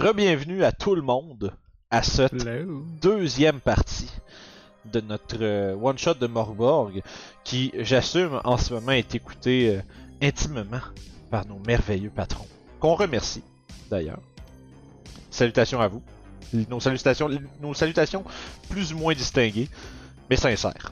Re-bienvenue à tout le monde à cette deuxième partie de notre one-shot de Morborg qui, j'assume, en ce moment est écouté intimement par nos merveilleux patrons. Qu'on remercie, d'ailleurs. Salutations à vous. Nos salutations plus ou moins distinguées, mais sincères.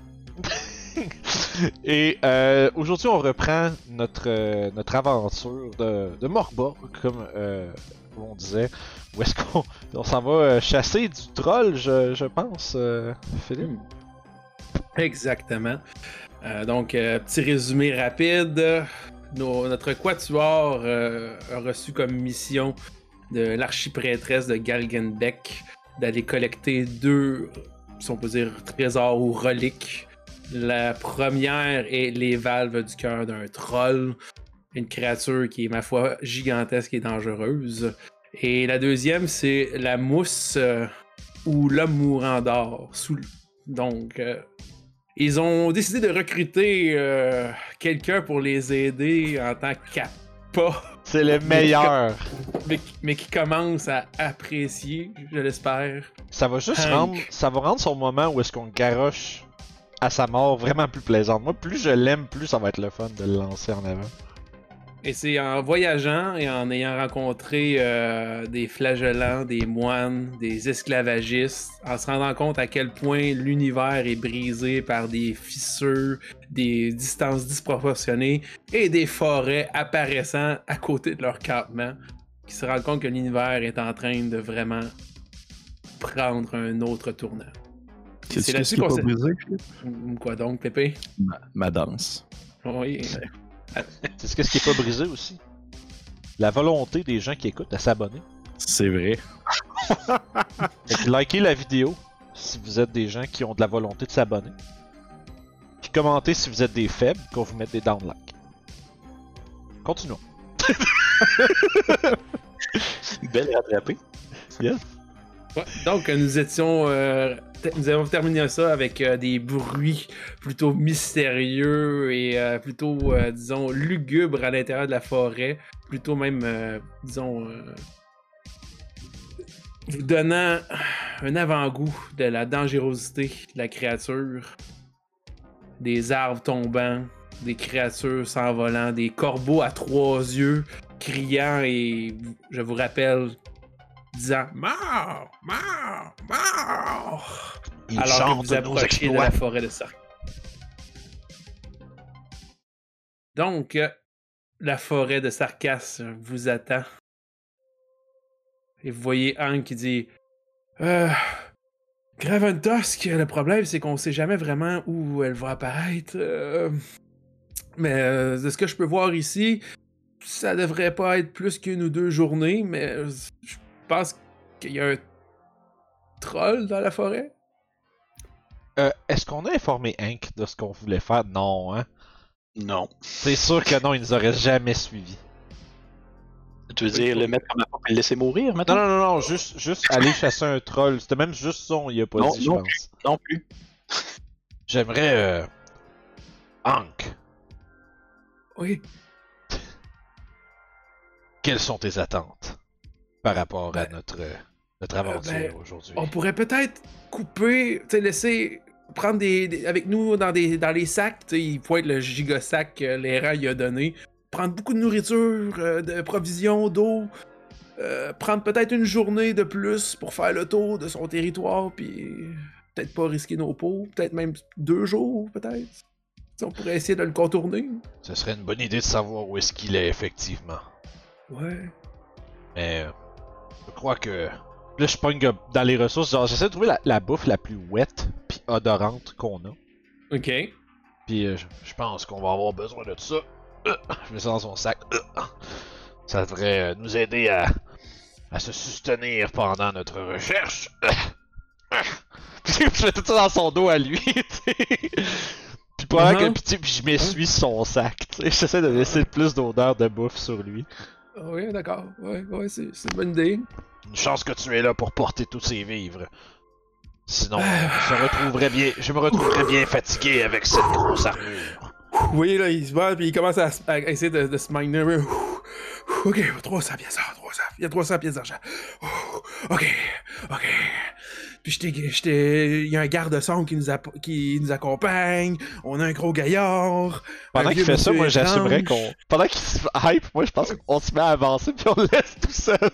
Et aujourd'hui, on reprend notre aventure de Morborg, comme on disait. Où est-ce qu'on s'en va chasser du troll, je pense, Philippe? Exactement. Donc, petit résumé rapide. Notre quatuor a reçu comme mission de l'archiprêtresse de Galgenbeck d'aller collecter deux, si on peut dire, trésors ou reliques. La première est les valves du cœur d'un troll, une créature qui est, ma foi, gigantesque et dangereuse. Et la deuxième, c'est la mousse ou l'homme mourant d'or. Donc, ils ont décidé de recruter quelqu'un pour les aider en tant qu'appât. C'est le meilleur! Mais qui commence à apprécier, je l'espère. Ça va juste rendre son moment où est-ce qu'on garoche à sa mort vraiment plus plaisante. Moi, plus je l'aime, plus ça va être le fun de le lancer en avant. Et c'est en voyageant et en ayant rencontré des flagellants, des moines, des esclavagistes, en se rendant compte à quel point l'univers est brisé par des fissures, des distances disproportionnées et des forêts apparaissant à côté de leur campement, qui se rendent compte que l'univers est en train de vraiment prendre un autre tournant. C'est là-dessus qu'on s'est brisé. Quoi donc, Pépé? Ma danse. Oui. C'est ce qui est pas brisé aussi. La volonté des gens qui écoutent à s'abonner. C'est vrai. Fait que likez la vidéo si vous êtes des gens qui ont de la volonté de s'abonner. Puis commentez si vous êtes des faibles, qu'on vous mette des downlikes. Continuons. Belle rattrapée. Yes. Ouais, donc, nous avons terminé ça avec des bruits plutôt mystérieux et plutôt, disons, lugubres à l'intérieur de la forêt. Plutôt même, disons, vous donnant un avant-goût de la dangerosité de la créature. Des arbres tombants, des créatures s'envolant, des corbeaux à 3 yeux, criant et, je vous rappelle, disant « Mort! Mort! Mort! » alors que vous approchez de la forêt de Sarkas. Donc, la forêt de Sarkas vous attend. Et vous voyez Hank qui dit Graventosk, le problème c'est qu'on sait jamais vraiment où elle va apparaître. Mais de ce que je peux voir ici, ça devrait pas être plus qu'une ou 2 journées, mais je pense qu'il y a un troll dans la forêt. Est-ce qu'on a informé Hank de ce qu'on voulait faire? Non, hein? Non. C'est sûr que non, il nous aurait jamais suivis. Tu veux dire le mettre comme la porte et le laisser mourir maintenant? Non, juste aller chasser un troll. C'était même juste ça, il a pas dit, je pense. Non plus. J'aimerais... Hank. Oui. Quelles sont tes attentes par rapport à notre aventure aujourd'hui? On pourrait peut-être couper, tu sais, laisser prendre avec nous dans les sacs, tu sais, il pointe le giga-sac que l'errant il a donné, prendre beaucoup de nourriture, de provisions, d'eau, prendre peut-être une journée de plus pour faire le tour de son territoire, puis peut-être pas risquer nos peaux, peut-être même 2 jours, peut-être. On pourrait essayer de le contourner. Ce serait une bonne idée de savoir où est-ce qu'il est, effectivement. Ouais. Mais je crois que... Là, je pogne dans les ressources, genre j'essaie de trouver la bouffe la plus wet pis odorante qu'on a. Ok. Puis je pense qu'on va avoir besoin de ça. Je mets ça dans son sac. Ça devrait nous aider à se soutenir pendant notre recherche. Puis je fais tout ça dans son dos à lui, Puis pendant que puis je m'essuie son sac, j'essaie de laisser le plus d'odeur de bouffe sur lui. Oui, d'accord. Ouais, c'est une bonne idée. Une chance que tu es là pour porter tous ces vivres. Sinon, je me retrouverais bien fatigué avec cette grosse armure. Oui, là, il se bat, puis il commence à essayer de se miner. OK, 300 pièces d'or, 300. Il y a 300 pièces d'argent. OK. Puis il y a un garde-son qui nous accompagne. On a un gros gaillard. Pendant qu'il fait ça, moi j'assumerais qu'on... Pendant qu'il se hype, moi je pense qu'on se met à avancer puis on le laisse tout seul.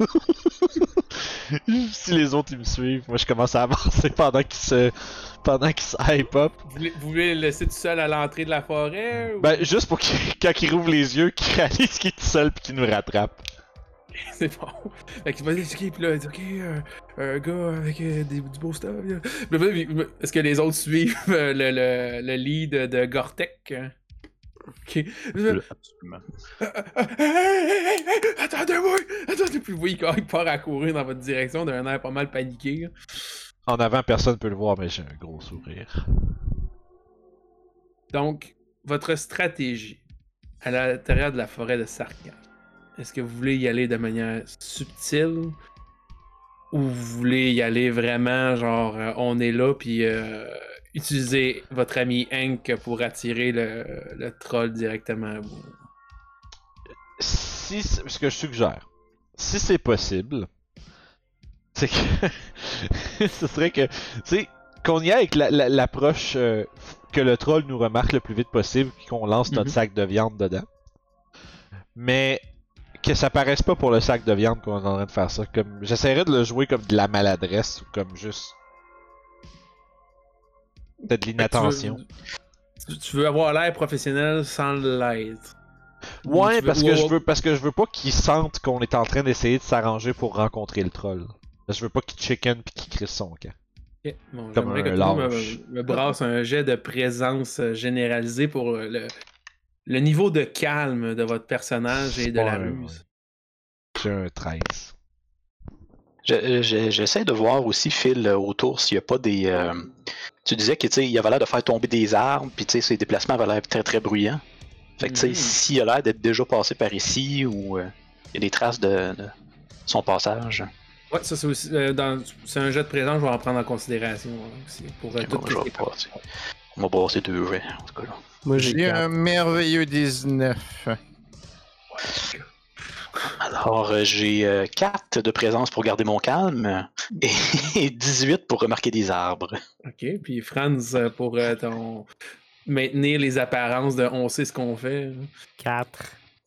Si les autres ils me suivent, moi je commence à avancer pendant qu'il se hype up. Vous voulez le laisser tout seul à l'entrée de la forêt? Ou... Ben juste pour quand il rouvre les yeux, qu'il réalise qu'il est tout seul puis qu'il nous rattrape. C'est bon. Fait qu'il va dire, OK, puis là, il dit, OK, un gars avec du beau stuff. Est-ce que les autres suivent le lead de Gortek? OK. Absolument. Attendez-moi! Puis vous voyez qu'il part à courir dans votre direction d'un air pas mal paniqué. En avant, personne peut le voir, mais j'ai un gros sourire. Donc, votre stratégie à l'intérieur de la forêt de Sarkhan. Est-ce que vous voulez y aller de manière subtile ou vous voulez y aller vraiment genre on est là puis utiliser votre ami Hank pour attirer le troll directement à vous? Ce que je suggère, si c'est possible, c'est que ce serait que, tu sais, qu'on y aille avec l'approche que le troll nous remarque le plus vite possible et qu'on lance notre sac de viande dedans. Mais que ça paraisse pas pour le sac de viande qu'on est en train de faire ça. Comme j'essaierais de le jouer comme de la maladresse ou comme juste peut-être de l'inattention. Tu veux avoir l'air professionnel sans l'être. Ouais, parce que je veux pas qu'ils sentent qu'on est en train d'essayer de s'arranger pour rencontrer le troll. Je veux pas qu'il chicken pis qu'il crisse son camp. Okay. Bon, j'aimerais que tu me brasse un jet de présence généralisée pour le niveau de calme de votre personnage et de la ruse. J'ai un 13. J'essaie de voir aussi, Phil, autour s'il n'y a pas des... Tu disais qu'il avait l'air de faire tomber des arbres, puis ses déplacements avaient l'air très très bruyants. Fait que tu sais, s'il a l'air d'être déjà passé par ici, ou il y a des traces de son passage. Ouais, ça c'est aussi... c'est un jet de présence, je vais en prendre en considération aussi. Pour On va brasser 2 jets, en tout cas là. Moi j'ai un merveilleux 19. Alors, j'ai 4 de présence pour garder mon calme et 18 pour remarquer des arbres. Ok, puis Franz pour ton maintenir les apparences de on sait ce qu'on fait. 4.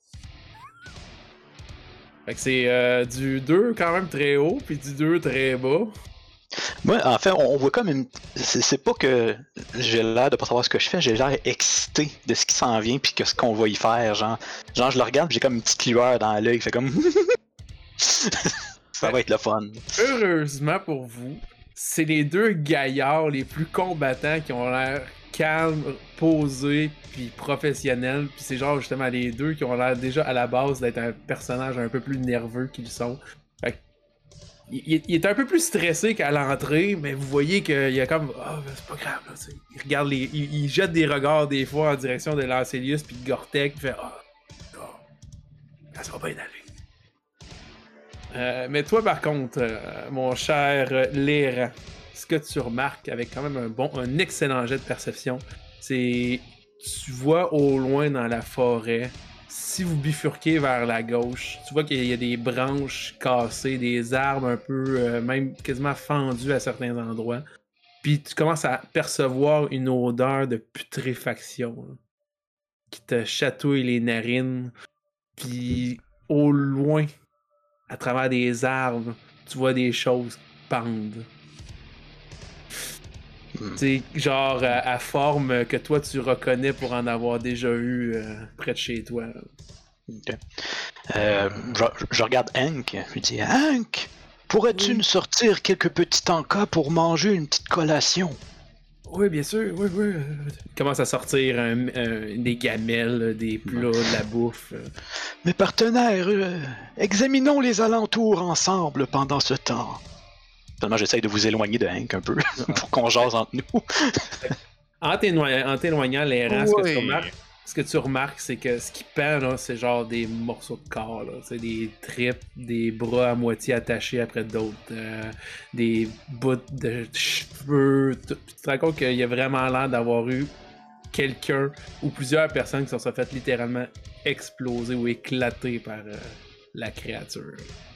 Fait que c'est du 2 quand même très haut, puis du 2 très bas. Moi, en fait, on voit comme une... C'est pas que j'ai l'air de pas savoir ce que je fais, j'ai l'air excité de ce qui s'en vient puis que ce qu'on va y faire, genre je le regarde, j'ai comme une petite lueur dans l'œil, fait comme... Ça va être le fun. Heureusement pour vous, c'est les 2 gaillards les plus combattants qui ont l'air calmes, posés, puis professionnels, puis c'est genre justement les 2 qui ont l'air déjà à la base d'être un personnage un peu plus nerveux qu'ils sont. Fait que il est un peu plus stressé qu'à l'entrée, mais vous voyez qu'il y a comme c'est pas grave là, il regarde il jette des regards des fois en direction de Lancelius puis de Gortek, il fait ça va bien aller. Mais toi par contre, mon cher Léran, ce que tu remarques avec quand même un excellent jet de perception, c'est tu vois au loin dans la forêt. Si vous bifurquez vers la gauche, tu vois qu'il y a des branches cassées, des arbres un peu, même quasiment fendus à certains endroits. Puis tu commences à percevoir une odeur de putréfaction là, qui te chatouille les narines. Puis au loin, à travers des arbres, tu vois des choses pendent. C'est genre à forme que toi tu reconnais pour en avoir déjà eu près de chez toi. Okay. Je regarde Hank, je lui dis Hank, pourrais-tu nous sortir quelques petits encas pour manger une petite collation? Oui, bien sûr, oui. Il commence à sortir des gamelles, des plats, de la bouffe. Mes partenaires, examinons les alentours ensemble pendant ce temps. Seulement, j'essaye de vous éloigner de Hank un peu, pour qu'on jase entre nous. En t'éloignant, Léran, ce que tu remarques, c'est que ce qui pend, là, c'est genre des morceaux de corps. Là. C'est des tripes, des bras à moitié attachés après d'autres, des bouts de cheveux. Tu te rends compte qu'il y a vraiment l'air d'avoir eu quelqu'un ou plusieurs personnes qui se sont faites littéralement exploser ou éclater par la créature.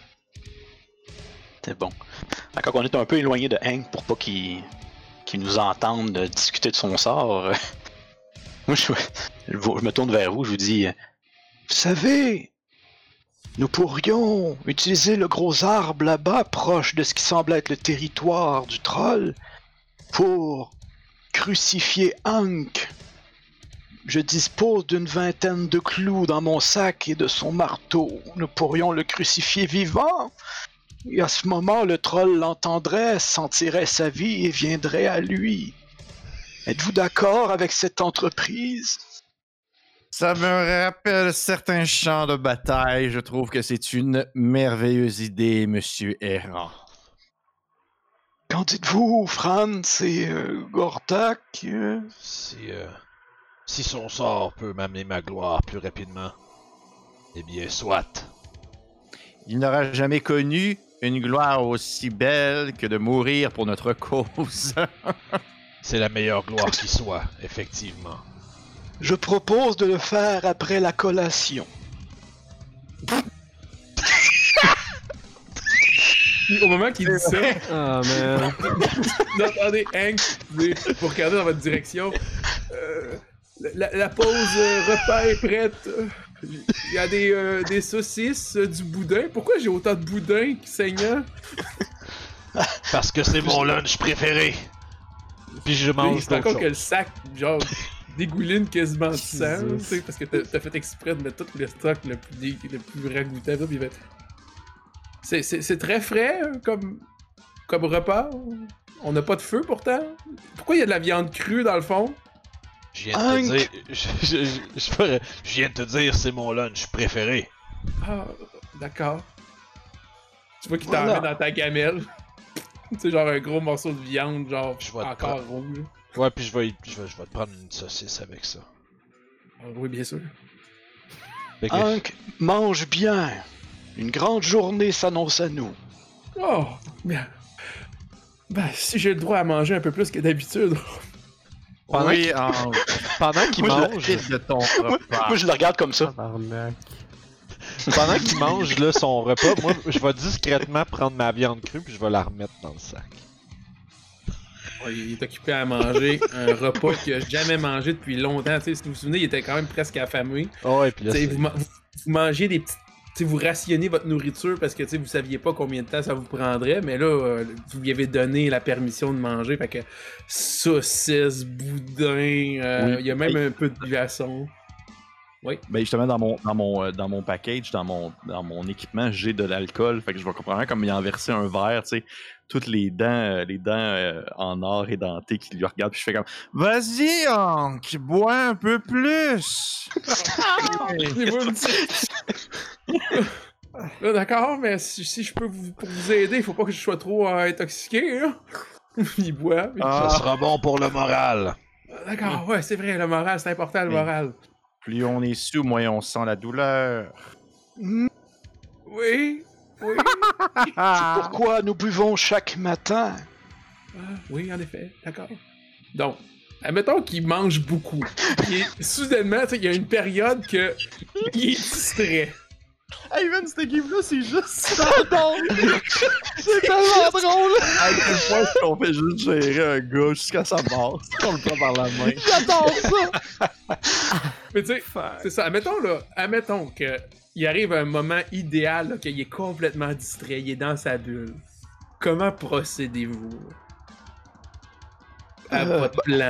C'est bon. Quand on est un peu éloigné de Hank pour pas qu'il nous entende discuter de son sort, moi je me tourne vers vous, je vous dis, vous savez, nous pourrions utiliser le gros arbre là-bas, proche de ce qui semble être le territoire du troll, pour crucifier Hank. Je dispose d'une 20aine de clous dans mon sac et de son marteau. Nous pourrions le crucifier vivant. Et à ce moment, le troll l'entendrait, sentirait sa vie et viendrait à lui. Êtes-vous d'accord avec cette entreprise? Ça me rappelle certains champs de bataille. Je trouve que c'est une merveilleuse idée, Monsieur Errant. Qu'en dites-vous, Franz et Gordak? Si son sort peut m'amener ma gloire plus rapidement, eh bien, soit. Il n'aura jamais connu une gloire aussi belle que de mourir pour notre cause. C'est la meilleure gloire qui soit, effectivement. Je propose de le faire après la collation. Au moment qu'il dit ça, Ah, man. vous entendez Hank pour regarder dans votre direction. La pause repas est prête. Il y a des saucisses, du boudin. Pourquoi j'ai autant de boudin saignant? Parce que c'est mon lunch préféré. Puis je mange C'est d'autres encore choses. que le sac, genre, dégouline quasiment de sang, tu sais, parce que t'as fait exprès de mettre tout le stock le plus ragoûtant. Puis c'est très frais comme repas. On n'a pas de feu pourtant. Pourquoi il y a de la viande crue dans le fond? Je viens de te dire, je viens de te dire, c'est mon lunch préféré. Ah, d'accord. Tu vois qu'il Voilà. t'en met dans ta gamelle. Tu sais, genre un gros morceau de viande, genre Je vais te encore prendre. rouge. Ouais, puis je vais te prendre une saucisse avec ça. Ah, oui, bien sûr. Fait que- Hank, mange bien. Une grande journée s'annonce à nous. Oh, bien. Ben, si j'ai le droit à manger un peu plus que d'habitude. Pendant Oui, qu'il- en... Pendant qu'il Moi, mange, de ton repas. Moi, je le regarde comme ça. Tabarnak. pendant qu'il mange là, son repas, moi je vais discrètement prendre ma viande crue puis je vais la remettre dans le sac. Ouais, il est occupé à manger un repas qu'il a jamais mangé depuis longtemps. Tu sais, si vous vous souvenez, il était quand même presque affamé. Oh, et puis là, Tu sais, c'est- vous mangez des petites. Tu sais, vous rationnez votre nourriture parce que tu sais, vous saviez pas combien de temps ça vous prendrait, mais là, vous lui avez donné la permission de manger. Fait que saucisses, boudin, il y a même un peu de glaçon. Ben justement, dans mon package, dans mon équipement, j'ai de l'alcool. Fait que je vais comprendre comme il a versé un verre, tu sais, toutes les dents en or édenté qui lui regardent. Puis je fais comme, Vas-y, Hank, bois un peu plus. Et vous me dites- Là, d'accord, mais si je peux pour vous aider, il faut pas que je sois trop intoxiqué. Hein? Il boit. puis- ça sera bon pour le moral. D'accord, ouais, c'est vrai, le moral, c'est important, le Oui. moral. Plus on est sous, moins on sent la douleur. Oui, oui. Pourquoi nous buvons chaque matin? Oui, en effet, d'accord. Donc, admettons qu'il mange beaucoup. Et soudainement, tu sais, il y a une période que il est distrait. hey man, cette game-là, c'est juste ça. C'est tellement drôle! À quel point est-ce qu'on fait juste gérer un gars jusqu'à sa mort? On le prend par la main. J'adore ça! Mais tu sais, c'est ça. Admettons que il arrive un moment idéal, là, qu'il est complètement distrait, il est dans sa bulle. Comment procédez-vous à votre plan?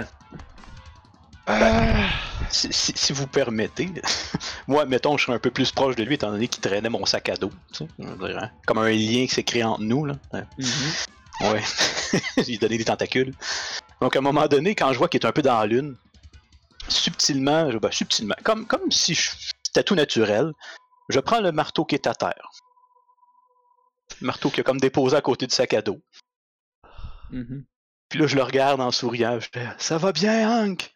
Si vous permettez, moi, mettons, je serais un peu plus proche de lui, étant donné qu'il traînait mon sac à dos. Tu sais, on dirait, hein, comme un lien qui s'est créé entre nous. Là. Ouais. J'ai donné des tentacules. Donc, à un moment donné, quand je vois qu'il est un peu dans la lune, subtilement, comme si c'était tout naturel, je prends le marteau qui est à terre. Le marteau qui a comme déposé à côté du sac à dos. Mhm. Puis là, je le regarde en souriant. Je fais, ça va bien, Hank?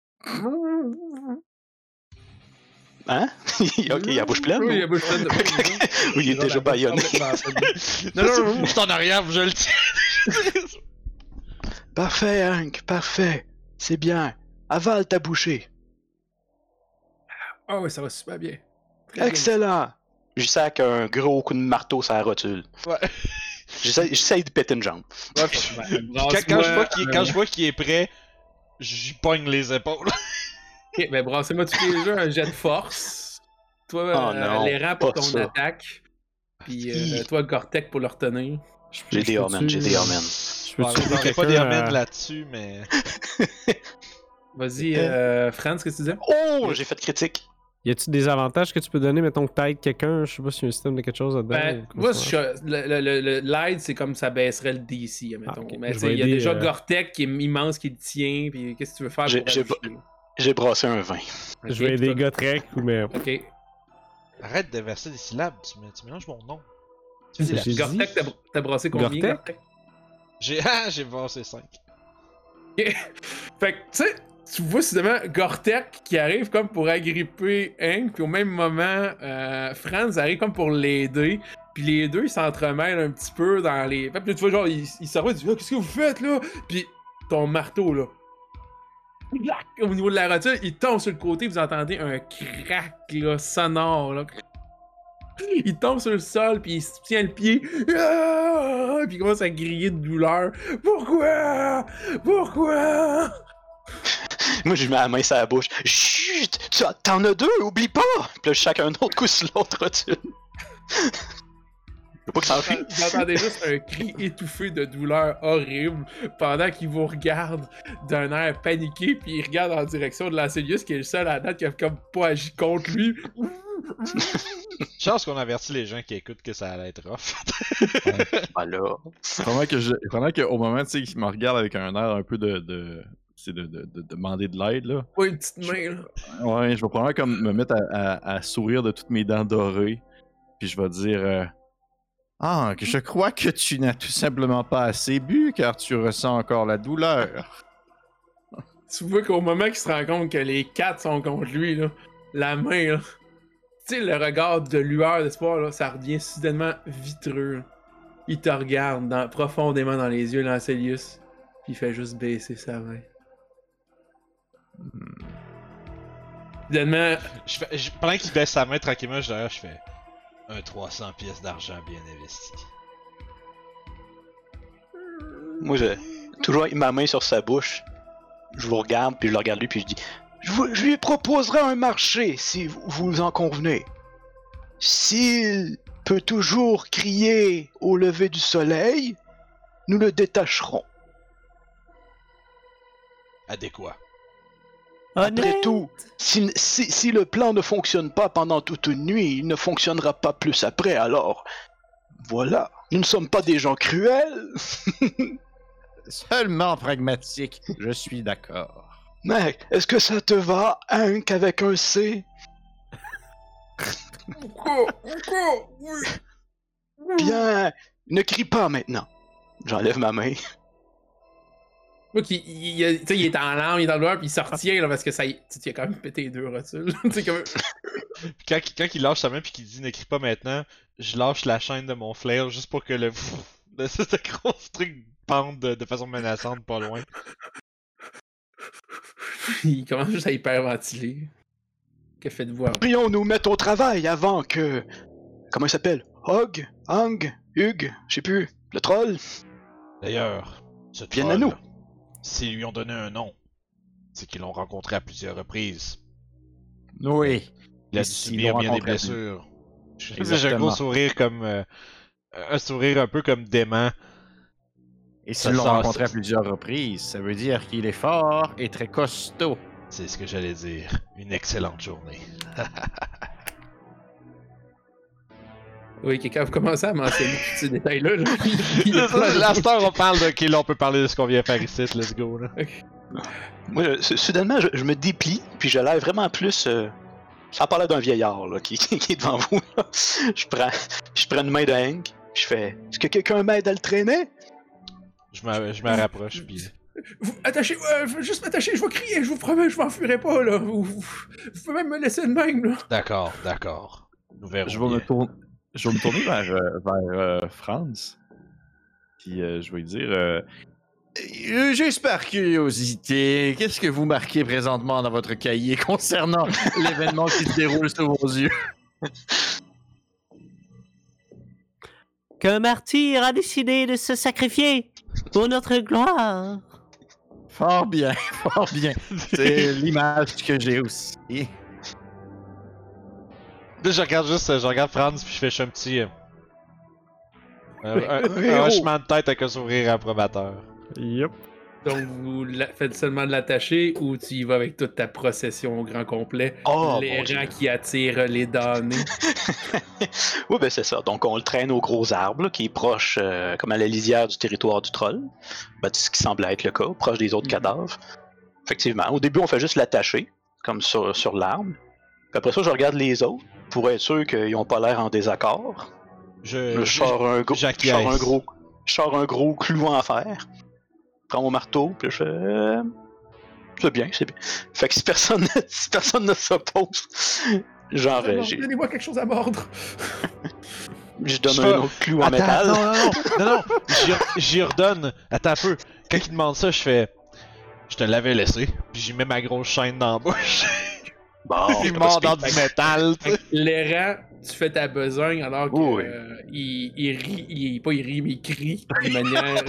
Hein? Ok, il a la bouche pleine? Oui, il ou- a bouche pleine de Oui, il est déjà baïonné. Non, je t'en arrière, je le tiens. Parfait, Hank, parfait. C'est bien. Avale ta bouchée. Ah oui, ça va super bien. Très bien. Excellent. J'y sac un gros coup de marteau sur la rotule. Ouais. J'essaye de péter une jambe. Ouais, Quand je vois qu'il est prêt, j'y pogne les épaules. Ok, ben brassez-moi tous les jeux un jet de force. Toi, non, les rangs pour pas ton ça. attaque. Puis toi, Gortek pour le retenir. J'ai des Omen. Je peux Ouais, tuer j'aurais pas des amènes là-dessus, mais. Vas-y, Franz, qu'est-ce que tu disais? Oh, j'ai fait critique. Y a-tu des avantages que tu peux donner, mettons que t'aides quelqu'un? Je sais pas s'il y a un système de quelque chose là-dedans. Ben, ou moi, comment ça marche. l'aide, c'est comme ça baisserait le DC, mettons. ok. Mais Je tu sais, vais il y a aider, déjà Gortek qui est immense, qui le tient, puis qu'est-ce que tu veux faire pour ajouter? J'ai brassé un 20. Je vais aider Gotrek ou mais. Ok. Arrête de verser des syllabes, tu mélanges mon nom. Tu C'est dis j'ai la... dit- Gortek, t'as brassé combien, Gortek? Gortek? J'ai brassé 5. Fait que, tu sais, tu vois soudainement Gortek qui arrive comme pour agripper Hank, puis au même moment, Franz arrive comme pour l'aider, puis les deux ils s'entremêlent un petit peu dans les. Puis là, tu vois, genre, ils se revoient, ils disent, qu'est-ce que vous faites là? Puis ton marteau là. Clac! Au niveau de la rotule, il tombe sur le côté, vous entendez un crack là, sonore là. Il tombe sur le sol, puis il se tient le pied. Ah! Puis il commence à griller de douleur. Pourquoi? Pourquoi? Moi, je mets la main sur la bouche. Chut! T'en as deux, oublie pas! Puis là, je sac un autre coup sur l'autre rotule. Faut pas que ça en fuit. Vous entendez juste un cri étouffé de douleur horrible pendant qu'il vous regarde d'un air paniqué, puis il regarde en direction de Lancelius, qui est le seul à la date qui a comme pas agi contre lui. Chance qu'on avertit les gens qui écoutent que ça allait être rough. Voilà. Pendant qu'au moment, tu sais, qu'il me regarde avec un air un peu de demander de l'aide, là. Pas une petite main, là. Ouais, je vais probablement comme me mettre à sourire de toutes mes dents dorées. Puis je vais dire Ah, que je crois que tu n'as tout simplement pas assez bu car tu ressens encore la douleur. Tu vois qu'au moment qu'il se rend compte que les quatre sont contre lui, là, la main, là, tu sais, le regard de lueur d'espoir, là, ça revient soudainement vitreux. Là. Il te regarde profondément dans les yeux, Lancelius, puis il fait juste baisser sa main. Soudainement, Pendant qu'il baisse sa main tranquillement, je fais un 300 pièces d'argent bien investi. Moi, j'ai toujours avec ma main sur sa bouche. Je vous regarde, puis je le regarde lui, puis je dis je lui proposerai un marché si vous en convenez. S'il peut toujours crier au lever du soleil, nous le détacherons. Adéquat. Après tout, si le plan ne fonctionne pas pendant toute une nuit, il ne fonctionnera pas plus après, alors voilà. Nous ne sommes pas des gens cruels. Seulement pragmatique, je suis d'accord. Mais est-ce que ça te va, Hank, avec un C? oui. Bien, ne crie pas maintenant. J'enlève ma main. Moi, il est en larmes, il est en douleur, puis il se retient là, parce que ça y il a quand même pété les deux rotules. Comme... Quand il lâche sa main puis qu'il dit ne crie pas maintenant, je lâche la chaîne de mon flair juste pour que cette grosse truc pende de façon menaçante pas loin. Il commence juste à hyperventiler. Que faites-vous? Prions nous mettre au travail avant que... Comment il s'appelle? Hug? Hung? Hug? Je sais plus. Le troll? D'ailleurs, ce Viens à troll, nous. s'ils lui ont donné un nom, c'est qu'ils l'ont rencontré à plusieurs reprises. Oui. Il a Et dû s'ils subir l'ont bien des rencontré à blessures. J'ai un Exactement. gros sourire comme... un sourire un peu comme dément. Et Ça s'ils l'ont sent- rencontré à plusieurs reprises, ça veut dire qu'il est fort et très costaud. C'est ce que j'allais dire. Une excellente journée. Oui, quand vous commencez à mentionner tous ces détails-là, là, La star, on parle de... Ok, là, on peut parler de ce qu'on vient faire ici, let's go, là. Moi, soudainement, je me déplie, puis je l'air vraiment plus... Ça parlait d'un vieillard là, qui est devant vous. Là. Je prends une main de Hank, je fais « Est-ce que quelqu'un m'aide à le traîner? » Je me rapproche, puis... Attachez, juste m'attacher, je vais crier, je vous promets, je m'enfuirai pas, là. Vous pouvez même me laisser de même, là. D'accord, d'accord. Nous verrons Je vais bien. me tourner vers Franz. Puis je vais lui dire Juste par curiosité, qu'est-ce que vous marquez présentement dans votre cahier concernant l'événement qui se déroule sous vos yeux? qu'un martyr a décidé de se sacrifier pour notre gloire. Fort bien, fort bien. C'est l'image que j'ai aussi. Là, je regarde Franz puis je fais un petit. Un hochement de tête avec un sourire approbateur. Yup. Donc, vous faites seulement de l'attacher ou tu y vas avec toute ta procession au grand complet? Oh, les mon gens Dieu. qui attirent les damnés. Oui, ben c'est ça. Donc on le traîne au gros arbre, là, qui est proche, comme à la lisière du territoire du troll. Ben, ce qui semble être le cas, proche des autres cadavres. Effectivement. Au début, on fait juste l'attacher, comme sur l'arbre. Puis après ça, je regarde les autres, pour être sûr qu'ils n'ont pas l'air en désaccord. Je sors un gros clou en fer. Je prends mon marteau, puis je fais... C'est bien, c'est bien. Fait que si personne ne s'oppose, genre, Donnez-moi quelque chose à mordre. je donne un autre clou en métal. Non, j'y redonne. Attends un peu. Quand il demande ça, je fais. Je te l'avais laissé, puis j'y mets ma grosse chaîne dans la bouche. Bon, Il mord dans du métal, tu sais. L'errant, tu fais ta besogne alors que Oui. il rit, pas il rit, mais il crie de manière.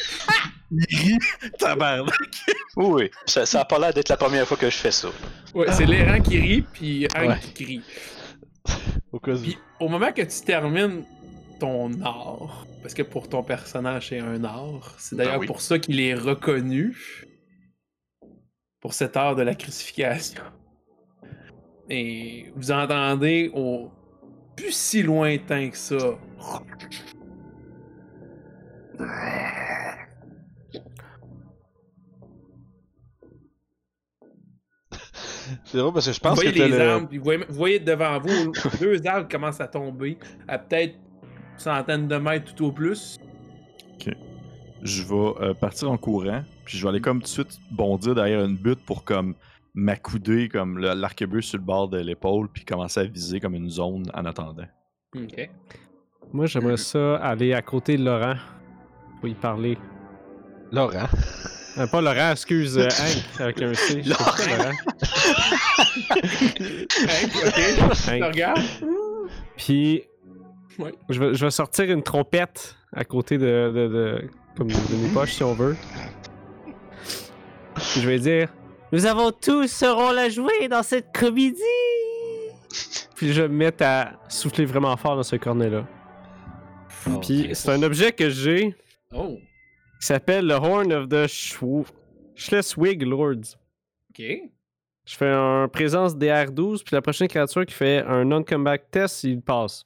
Tabarnak. Oui, ça a pas l'air d'être la première fois que je fais ça. Ouais, c'est l'errant qui rit, puis Hank Ouais. qui crie. Au cas où. Puis au moment que tu termines ton art, parce que pour ton personnage c'est un art, c'est d'ailleurs oui. pour ça qu'il est reconnu, pour cet art de la crucifixion. Et vous entendez au plus si lointain que ça. C'est drôle parce que je Vous pense que voyez t'as les le. arbres, puis vous voyez devant vous, 2 arbres commencent à tomber, à peut-être une centaine de mètres tout au plus. Je vais partir en courant, puis je vais aller comme tout de suite bondir derrière une butte pour comme m'accouder comme l'arquebuse sur le bord de l'épaule, puis commencer à viser comme une zone en attendant. Ok. Moi, j'aimerais ça aller à côté de Laurent pour y parler. Laurent. Pas Laurent, excuse, Hank, avec un C. je sais pas, Laurent. Ok. Tu Hank. regardes? Puis, Ouais. je vais sortir une trompette à côté comme de mes poches, si on veut. Puis je vais dire, nous avons tous ce rôle à jouer dans cette comédie. Puis je vais me mettre à souffler vraiment fort dans ce cornet-là. Puis c'est un objet que j'ai Oh. qui s'appelle le Horn of the Schleswig Lords. Ok. Je fais un présence DR12, puis la prochaine créature qui fait un non-combat test, il passe.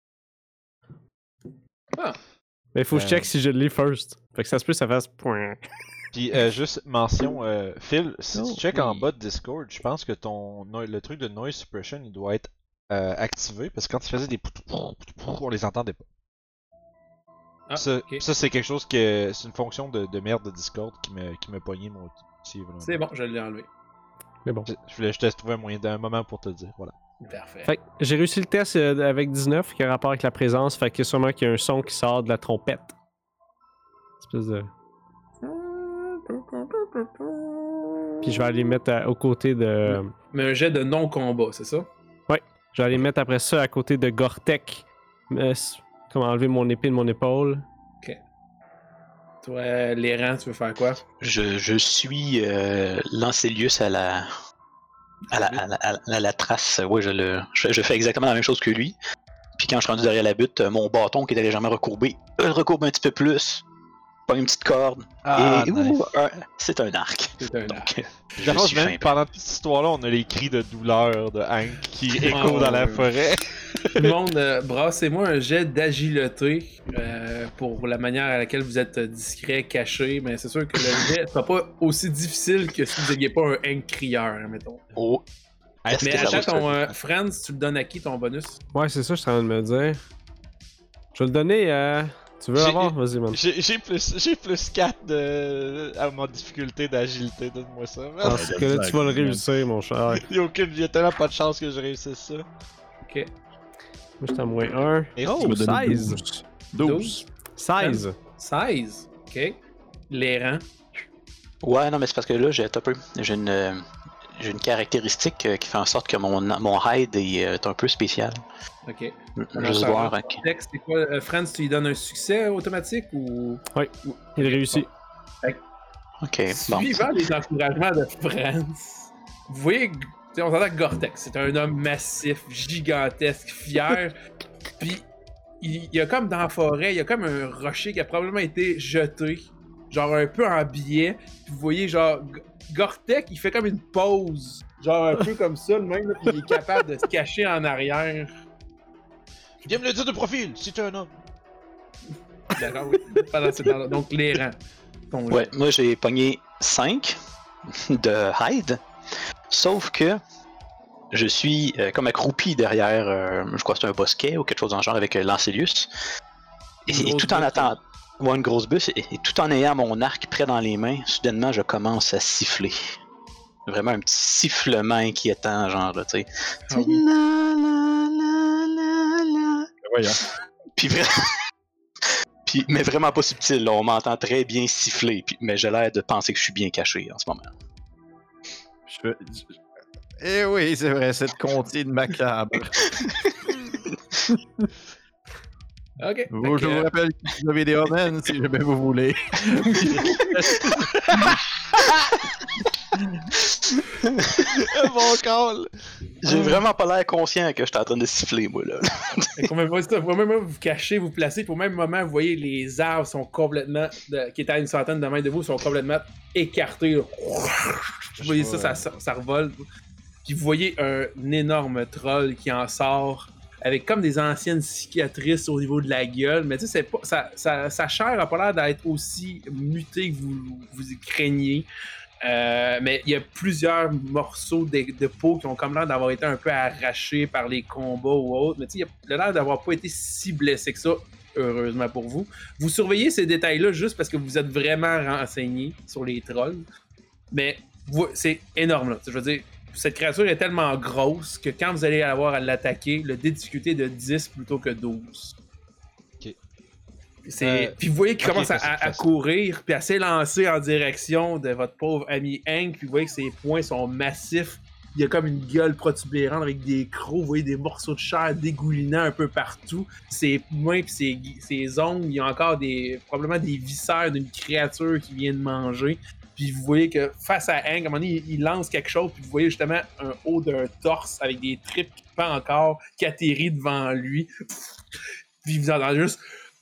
Ah. Mais il faut que je check si je l'ai first. Fait que ça se peut que ça fasse point. Puis juste mention, Phil, si Oh, tu check oui. en bas de Discord, je pense que le truc de noise suppression il doit être activé parce que quand tu faisais des on les entendait pas. Ah, Ça, ok. ça, c'est quelque chose que c'est une fonction de merde de Discord qui me pognait mon petit. C'est bon, je l'ai enlevé. Mais bon. Je voulais juste trouver un moyen d'un moment pour te le dire, voilà. Parfait. Fait que j'ai réussi le test avec 19 qui a rapport avec la présence. Fait que sûrement qu'il y a un son qui sort de la trompette. Espèce de. Puis je vais aller mettre aux côtés de. Mais un jet de non-combat, c'est ça? Je vais aller mettre après ça à côté de Gortek. Comment enlever mon épée de mon épaule. Toi, l'errant, tu veux faire quoi? Je suis Lancelius à la trace. Oui, je fais exactement la même chose que lui. Puis quand je suis rendu derrière la butte, mon bâton qui était légèrement recourbé, je le recourbe un petit peu plus. Pas une petite corde. Ah, et nice. c'est un arc. C'est un arc. Donc, je D'abord, suis même fin. pendant toute cette histoire-là, on a les cris de douleur de Hank qui échos Oh, dans la ouais. forêt. Tout le monde, brassez-moi un jet d'agilité pour la manière à laquelle vous êtes discret, caché, mais c'est sûr que le jet sera pas aussi difficile que si vous n'aviez pas un Hank crieur, mettons. Oh. Est-ce Mais que ça va attends, se ton Franz, tu le donnes à qui ton bonus? Ouais, c'est ça, je suis en train de me dire. Je vais le donner à. Tu veux J'ai- l'avoir? Vas-y, man. J'ai plus 4 à ma difficulté d'agilité, donne-moi ça. man. Dans ce cas-là, tu vas le réussir, mon cher. Il y a tellement pas de chance que je réussisse ça. Ok. Moi, j'étais à moins 1. Et Oh, Tu m'as donné 16. 12. 16. 16. Ok. L'errant. Ouais, non, mais c'est parce que là, j'ai un peu. une caractéristique qui fait en sorte que mon hide est un peu spécial. Ok. Juste voir. C'est quoi, Franz, tu lui donnes un succès automatique ou. Oui, il réussit. Ok, bon. Suivant les encouragements de Franz, vous voyez, on s'entend que Gore-Tex, c'est un homme massif, gigantesque, fier, puis il y a comme dans la forêt, il y a comme un rocher qui a probablement été jeté, genre un peu en biais, puis vous voyez genre Gore-Tex, il fait comme une pause, genre un peu comme ça, le même, là, puis il est capable de se cacher en arrière. Viens me le dire de profil, si tu es un homme. D'accord, oui, pendant ce temps-là. Donc les rangs. Ouais, moi j'ai pogné 5 de hide, sauf que je suis comme accroupi derrière, je crois que c'est un bosquet ou quelque chose dans le genre avec Lancelius. Et tout en attendant, une grosse bûche, et tout en ayant mon arc près dans les mains, soudainement je commence à siffler. Vraiment un petit sifflement inquiétant, genre là, tu sais. Ah oui. Voyons. Puis mais vraiment pas subtil, là, on m'entend très bien siffler, mais j'ai l'air de penser que je suis bien caché en ce moment. Eh oui, c'est vrai, cette comptine macabre. Ok. Je vous rappelle que vous avez des homens si jamais vous voulez. Mon call! J'ai vraiment pas l'air conscient que je suis en train de siffler, moi, là. Au même moment, vous cachez, vous placez, puis au même moment, vous voyez les arbres sont complètement, qui étaient à une centaine de mètres de vous, sont complètement écartés. Là. Vous voyez ça revole. Puis vous voyez un énorme troll qui en sort, avec comme des anciennes cicatrices au niveau de la gueule, mais tu sais, sa chair a pas l'air d'être aussi mutée que vous craignez. Mais il y a plusieurs morceaux de peau qui ont comme l'air d'avoir été un peu arrachés par les combats ou autres. Mais tu sais, il a l'air d'avoir pas été si blessé que ça, heureusement pour vous. Vous surveillez ces détails-là juste parce que vous êtes vraiment renseigné sur les trolls. Mais c'est énorme, là. Je veux dire, cette créature est tellement grosse que quand vous allez avoir à l'attaquer, le dé de difficulté est de 10 plutôt que 12. Puis vous voyez qu'il commence à courir, puis à s'élancer en direction de votre pauvre ami Hank, puis vous voyez que ses poings sont massifs. Il y a comme une gueule protubérante avec des crocs, vous voyez des morceaux de chair dégoulinant un peu partout. Ses mains puis ses ongles, il y a encore probablement des viscères d'une créature qui vient de manger. Puis vous voyez que face à Hank, à un moment donné, il lance quelque chose, puis vous voyez justement un haut d'un torse avec des tripes qui pendent encore, qui atterrit devant lui. Puis vous entendez juste...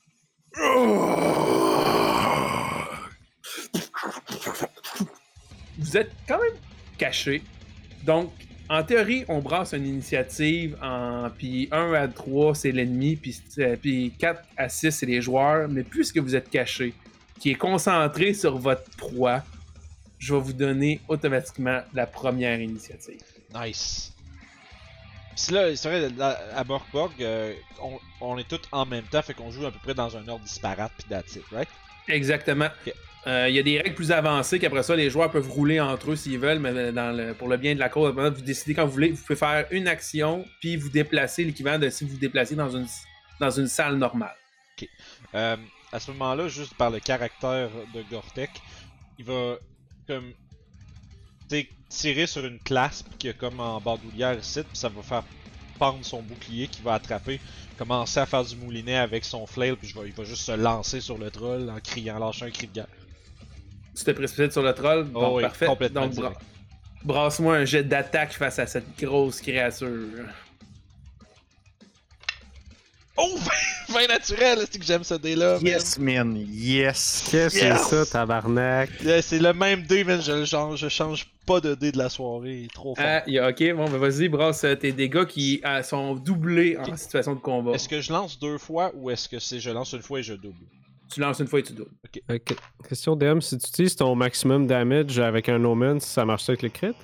Vous êtes quand même caché. Donc, en théorie, on brasse une initiative puis 1 à 3, c'est l'ennemi, puis 4 à 6, c'est les joueurs. Mais puisque vous êtes caché, qui est concentré sur votre proie, je vais vous donner automatiquement la première initiative. Nice. Puis là, c'est vrai, à Morkborg, on est tous en même temps, fait qu'on joue à peu près dans un ordre disparate, pis that's it, right? Exactement. Okay. Il y a des règles plus avancées qu'après ça, les joueurs peuvent rouler entre eux s'ils veulent, mais pour le bien de la cause, vous décidez quand vous voulez. Vous pouvez faire une action, puis vous déplacer l'équivalent de si vous vous déplacez dans une salle normale. Ok. À ce moment-là, juste par le caractère de Gore-Tex, il va comme tirer sur une claspe qui est comme en bandoulière ici, puis ça va faire pendre son bouclier qui va attraper, commencer à faire du moulinet avec son flail, puis il va juste se lancer sur le troll en criant, lâcher un cri de guerre. Tu t'es précipité sur le troll? Bon, oui, parfait. complètement donc brasse-moi un jet d'attaque face à cette grosse créature. Oh! 20 naturel! C'est que j'aime ce dé-là, Yes, man. Yes. Qu'est-ce que c'est ça, tabarnak? Yeah, c'est le même dé, man. Je change pas de dé de la soirée. Il est trop fort. Ok, bon, ben vas-y, brasse tes dégâts qui sont doublés en situation de combat. Est-ce que je lance 2 fois ou est-ce que je lance une fois et je double? Tu lances une fois et tu doubles. Ok. Question DM, si tu utilises ton maximum damage avec un omen, ça marche ça avec le crit?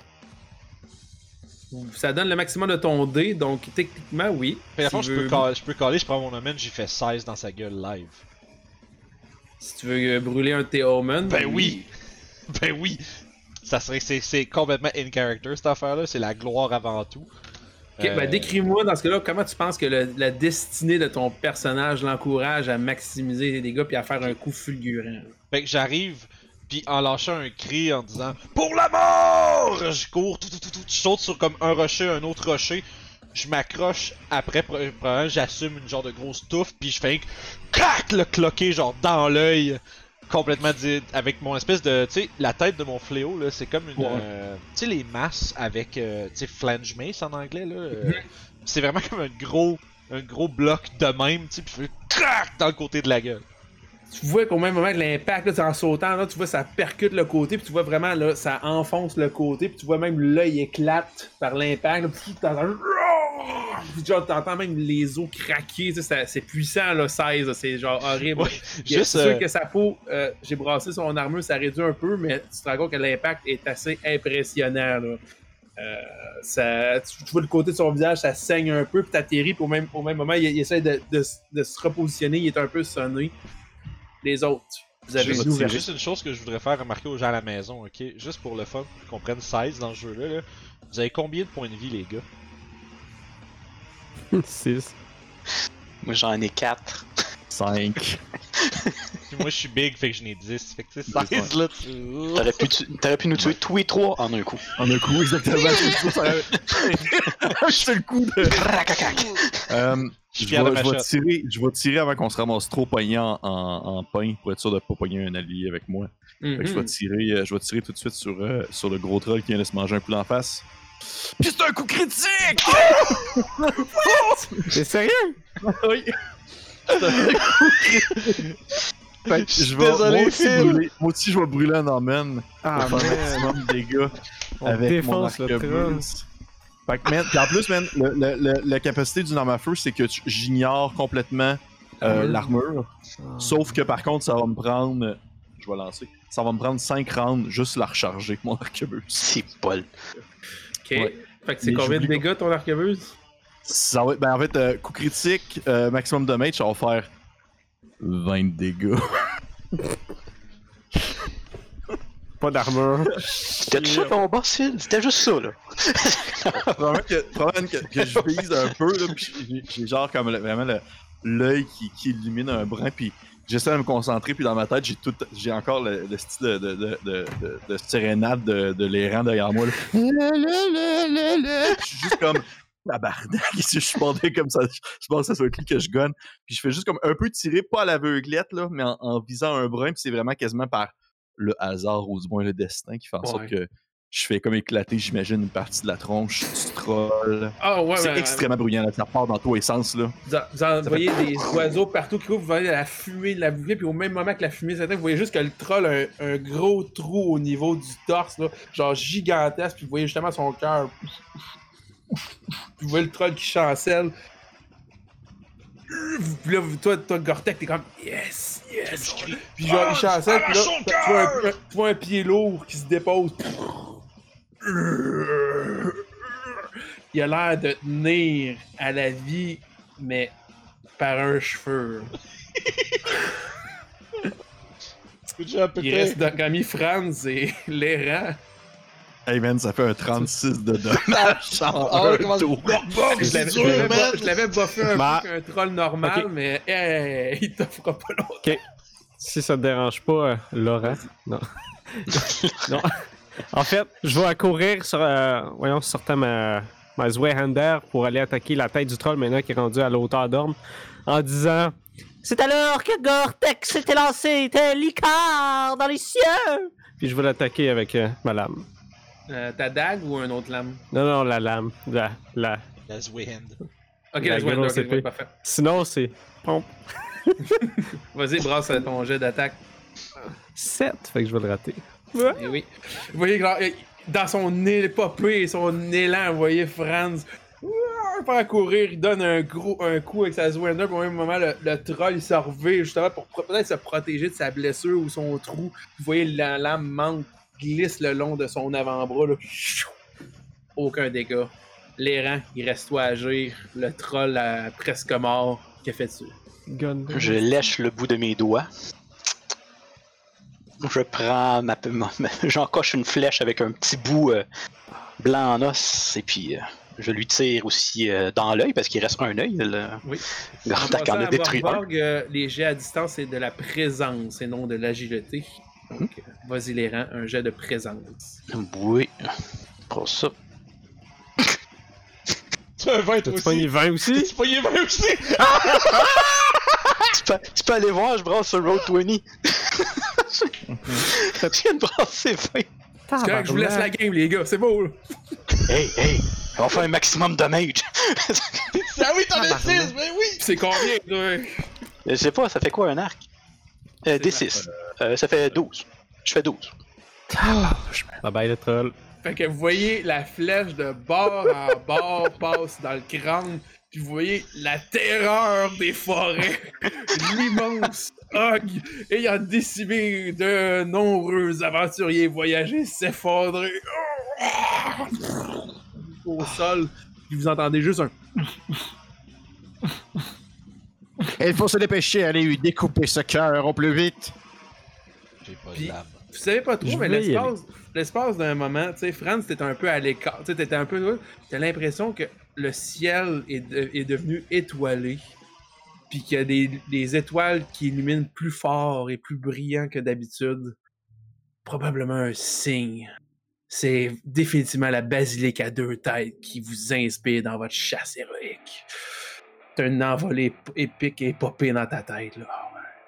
Ça donne le maximum de ton dé, donc techniquement, oui. Fait à fond, je peux caler, je prends mon omen, j'ai fait 16 dans sa gueule live. Si tu veux brûler un de tes omens. Ben oui! Ben oui! Ça serait c'est complètement in character cette affaire-là, c'est la gloire avant tout. Ok, ben décris-moi dans ce cas-là, comment tu penses que la destinée de ton personnage l'encourage à maximiser les dégâts puis à faire un coup fulgurant? Fait que j'arrive Puis en lâchant un cri en disant « Pour la mort! » Je cours, je saute sur comme un rocher, un autre rocher. Je m'accroche, après, probablement, j'assume une genre de grosse touffe, puis je fais crac le cloquer genre dans l'œil, complètement avec mon espèce de, tu sais, la tête de mon fléau là, c'est comme une, tu sais les masses avec, tu sais, flange mace en anglais là, c'est vraiment comme un gros bloc de même, tu sais, puis je fais crac dans le côté de la gueule. Tu vois qu'au même moment que l'impact, là, en sautant, là, tu vois ça percute le côté, puis tu vois vraiment là, ça enfonce le côté, puis tu vois même l'œil éclate par l'impact, là, puis t'entends même les os craquer, c'est puissant là, 16, c'est genre horrible. Ouais, c'est sûr que sa peau, j'ai brassé son armure, ça réduit un peu, mais tu te rends compte que l'impact est assez impressionnant là. Tu vois le côté de son visage, ça saigne un peu, puis t'atterris, puis au même moment, il essaie de se repositionner, il est un peu sonné. Les autres, vous avez juste une chose que je voudrais faire remarquer aux gens à la maison, ok? Juste pour le fun, qu'on prenne 16 dans ce jeu-là. Là. Vous avez combien de points de vie, les gars? 6. Moi j'en ai 4. 5. Puis moi je suis big, fait que j'en ai 10. Fait que tu sais, 16 là, T'aurais pu nous tuer tous les 3 en un coup. En un coup, exactement. Je fais le coup de. Je vais tirer avant qu'on se ramasse trop pogné en pain pour être sûr de pas pogner un allié avec moi. Fait que je vais tirer tout de suite sur le gros troll qui vient de se manger un coup d'en face. Pis c'est un coup critique! T'es sérieux? Oui! C'est un coup critique! Fait que moi aussi je vais brûler un Norman pour faire un maximum de dégâts avec mon arquebuse. Fait que, man, pis en plus, man, la capacité du arme à feu, c'est que j'ignore complètement l'armure. Sauf que par contre, ça va me prendre. Je vais lancer. Ça va me prendre 5 rounds juste la recharger, mon arquebuse. C'est bol. Ok. Ouais. Fait que c'est combien de dégâts ton arquebuse? Ça va être. Ben en fait, coup critique, maximum damage, ça va faire 20 dégâts. Pas d'armure. C'était tout ça ton boss, Phil? C'était juste ça, là. Probablement que je vise un peu, là, pis j'ai genre comme vraiment l'œil qui illumine un brin, pis j'essaie de me concentrer, puis dans ma tête, j'ai encore le style de sérénade de l'errant derrière moi, là. Je suis juste comme tabarnak, si je pendais comme ça, je pense que ça soit lui que je gonne, puis je fais juste comme un peu tirer, pas à l'aveuglette, là, mais en visant un brin, puis c'est vraiment quasiment par le hasard ou du moins le destin qui fait en sorte que je fais comme éclater, j'imagine, une partie de la tronche du troll. Ah ouais, c'est extrêmement bruyant, là, ça part dans tous les sens, là. Vous envoyez des oiseaux partout qui courent, vous voyez la fumée de la bouffée, puis au même moment que la fumée s'éteint, vous voyez juste que le troll a un gros trou au niveau du torse, là, genre gigantesque, puis vous voyez justement son cœur. Puis vous voyez le troll qui chancelle. Puis là, toi Gortek, t'es comme yes! Puis genre, il chancelle, puis là, tu vois un pied lourd qui se dépose. Il a l'air de tenir à la vie, mais par un cheveu. Il reste notre ami Franz et l'errant. Hey man, ça fait un 36 de dommage en un tour. Je l'avais buffé un peu qu'un troll normal, mais il t'offre pas longtemps. Ok. Si ça te dérange pas, Laurent. Non. Non. En fait, je vais courir sur, sortant ma Zweihander pour aller attaquer la tête du troll maintenant qui est rendu à la hauteur d'orme en disant c'est alors que Gore-Tex s'était lancé tel Icare dans les cieux! Puis je vais l'attaquer avec ma lame. Ta dague ou un autre lame? Non, la lame. La Zweihander. Ok, la Zweihander, ok, parfait. Sinon, c'est pompe. Vas-y, brasse ton jet d'attaque. 7, fait que je vais le rater. Et oui. Vous voyez, dans son épopée, son élan, vous voyez Franz faire courir, il donne un coup avec sa Zweihander, puis au même moment, le troll il se revient justement pour peut-être se protéger de sa blessure ou son trou. Vous voyez la lame manque, glisse le long de son avant-bras, là. Aucun dégât. L'errant, il reste toi à agir. Le troll presque mort. Qu'a fait-tu? Je lèche le bout de mes doigts. Je prends j'encoche une flèche avec un petit bout blanc en os et puis je lui tire aussi dans l'œil parce qu'il reste un œil. Oui. Gordak en a détruit un. Les jets à distance, c'est de la présence et non de l'agilité. Donc, vas-y les rangs, un jet de présence. Oui. Pour ça. Tu as un 20 toi T'as-tu pogné aussi? 20 aussi? Tu pogné 20 aussi? Tu peux aller voir, je brasse sur Road 20. Je viens de brasser 20. C'est correct, je vous laisse la game, les gars, c'est beau, là. Hey, on va faire un maximum de damage. Ah oui, t'en as 6, mais oui! C'est combien, là? Je sais pas, ça fait quoi un arc? D6. Ça fait 12. Je fais 12. Bye bye le troll. Fait que vous voyez la flèche de bord en bord passe dans le crâne, puis vous voyez la terreur des forêts, l'immense hog ayant décimé de nombreux aventuriers voyagés s'effondrer au sol, puis vous entendez juste un... Il faut se dépêcher, allez lui découper ce cœur au plus vite. J'ai pas Puis- de lame. Vous savez pas trop, Je mais vais y l'espace d'un moment, tu sais, Franz, t'étais un peu à l'écart, tu sais, t'étais un peu... T'as l'impression que le ciel est devenu étoilé, puis qu'il y a des étoiles qui illuminent plus fort et plus brillant que d'habitude. Probablement un signe. C'est définitivement la basilique à 2 têtes qui vous inspire dans votre chasse héroïque. C'est un envolé épique et épopée dans ta tête, là.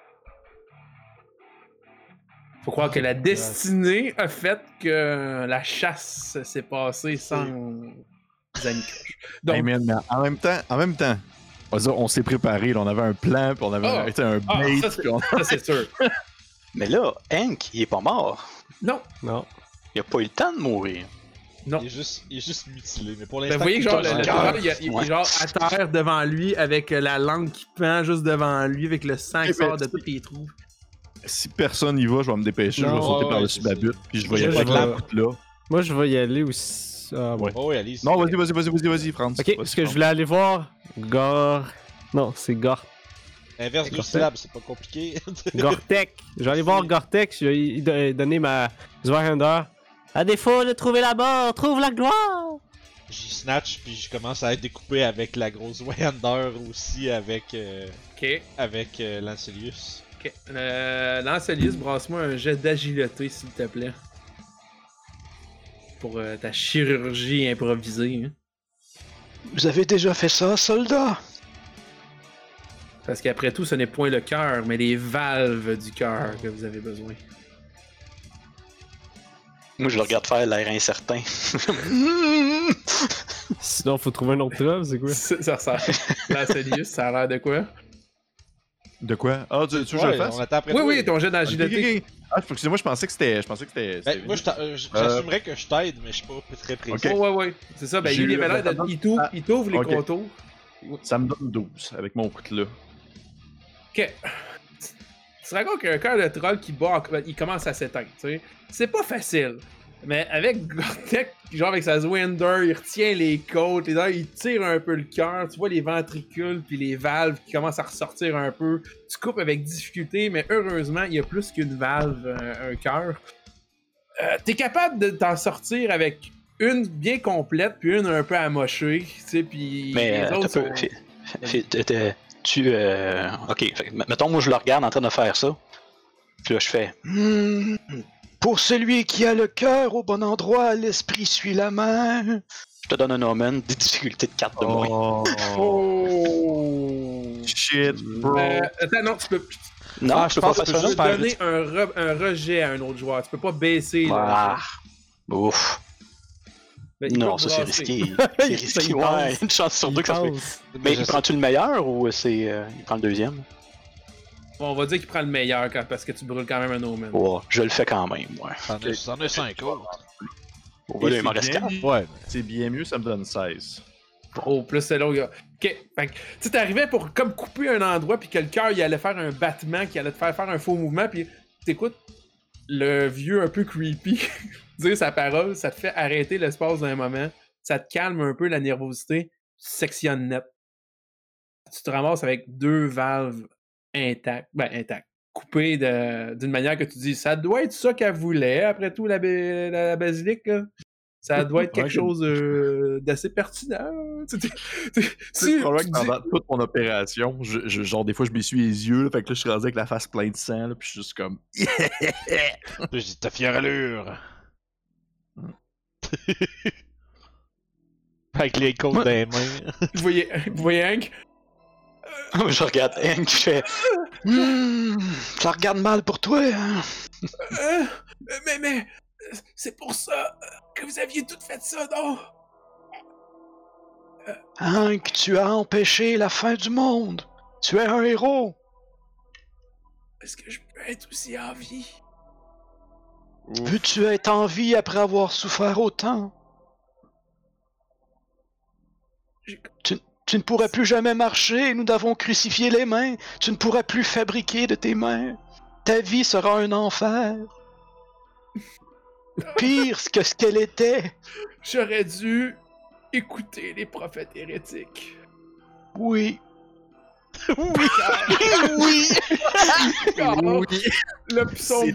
Faut croire que la destinée a fait que la chasse s'est passée sans anicroche. Donc, Hey, man, mais en même temps, on va dire, on s'est préparé, là, on avait un plan, puis on avait un bait, ça, c'est- puis on... ça, c'est sûr. Mais là, Hank, il est pas mort. Non, Non. Il a pas eu le temps de mourir. non. Il est juste mutilé, mais pour Ben, l'instant. vous voyez que genre, il touche le le troll, cœur. il est genre à terre devant lui avec la langue qui pend juste devant lui avec le sang qui Eh ben, sort de tous les trous. Si personne y va, je vais me dépêcher, je vais Non, sauter ouais, par-dessus c'est ma ça. butte, puis je vais y J'ai aller pas avec de la lame. route là. Moi, je vais y aller aussi. Ah, ouais. Oh, oui, allez. Non, vas-y, Franz. Ok, Vas-y, parce que je Franz. voulais aller voir Non, c'est Inverse du Gortek. syllabe, c'est pas compliqué. Gortek. Je vais aller voir Gortek, je vais lui donner ma Zweihander. À défaut de trouver la mort, trouve la gloire! J'y snatch, puis je commence à être découpé avec la grosse Wayander aussi, avec Ok, Lancelius. ok. Lancelius, brasse-moi un jet d'agilité, s'il te plaît. Pour ta chirurgie improvisée. Hein. Vous avez déjà fait ça, soldat? Parce qu'après tout, ce n'est point le cœur, mais les valves du cœur que vous avez besoin. Moi, je le regarde faire l'air incertain. Sinon, faut trouver un autre troll, c'est quoi? Ça ressemble. Lancelius, ça a l'air de quoi? De quoi? Ah, tu veux que je le fasse? On attend après Oui, toi. oui, ton jet Ok, d'agilité. ok. Ah, excusez-moi, je pensais que c'était... Ben, moi, j'assumerais que je t'aide, mais je suis pas très précis. Ok. Ouais. C'est ça, ben J'ai il eu- avait l'air de. Il t'ouvre les Ok. contours. Ça me donne 12 avec mon couteau-là. Ok. Tu te rends compte qu'un cœur de troll qui bat, il commence à s'éteindre, tu sais. C'est pas facile. Mais avec Gortek, genre avec sa Zwinder, il retient les côtes, il tire un peu le cœur, tu vois les ventricules puis les valves qui commencent à ressortir un peu. Tu coupes avec difficulté, mais heureusement, il y a plus qu'une valve, un cœur. T'es capable de t'en sortir avec une bien complète puis une un peu amochée, tu sais, puis Mais les autres sont... Ok, fait que, mettons, moi, je le regarde en train de faire ça. Puis là, je fais... Pour celui qui a le cœur au bon endroit, l'esprit suit la main. Je te donne un omen, des difficultés de 4 de moins. Oh! Shit, bro. Attends, non, tu peux... Non, je peux pas faire Tu ça. peux non? donner un rejet à un autre joueur. Tu peux pas baisser. Ah. Ouf. Ben, il Non, peut ça c'est brasser. risqué. C'est risqué, il ouais. pense. Une chance sur deux que ça se fait. pense. Mais il prend-tu le meilleur ou c'est il prend le deuxième? On va dire qu'il prend le meilleur parce que tu brûles quand même un omen. Ouais, je le fais quand même, ouais. T'en as 5 autres. Bon, là, il m'en c'est reste bien 4. mieux- Ouais. C'est bien mieux, ça me donne 16. Oh, plus c'est long, gars. Ok, fait que, tu sais, t'arrivais pour comme couper un endroit, puis que le cœur, il allait faire un battement, qui allait te faire un faux mouvement, puis t'écoutes le vieux un peu creepy dire sa parole, ça te fait arrêter l'espace d'un moment, ça te calme un peu la nervosité, tu sectionnes net. Tu te ramasses avec 2 valves intactes, coupées d'une manière que tu dis, ça doit être ça qu'elle voulait, après tout, la basilique, là. Ça doit être quelque Ok. chose d'assez pertinent. C'est probablement que pendant toute mon opération, genre des fois je m'essuie les yeux, là, fait que là je suis rendu avec la face pleine de sang, là, puis je suis juste comme. Je dis ta fière allure. Avec les côtes dans les mains. Vous voyez Hank? Je regarde Hank, je fais. Ça regarde mal pour toi, hein? Mais, c'est pour ça que vous aviez tout fait ça, non? Hank, tu as empêché la fin du monde. Tu es un héros. Est-ce que je peux être aussi en vie? Veux-tu être en vie après avoir souffert autant? Tu ne pourrais plus jamais marcher, nous t'avons crucifié les mains. Tu ne pourrais plus fabriquer de tes mains. Ta vie sera un enfer. Pire que ce qu'elle était. J'aurais dû écouter les prophètes hérétiques. Oui. Oui! Oui! Oui. Le psaume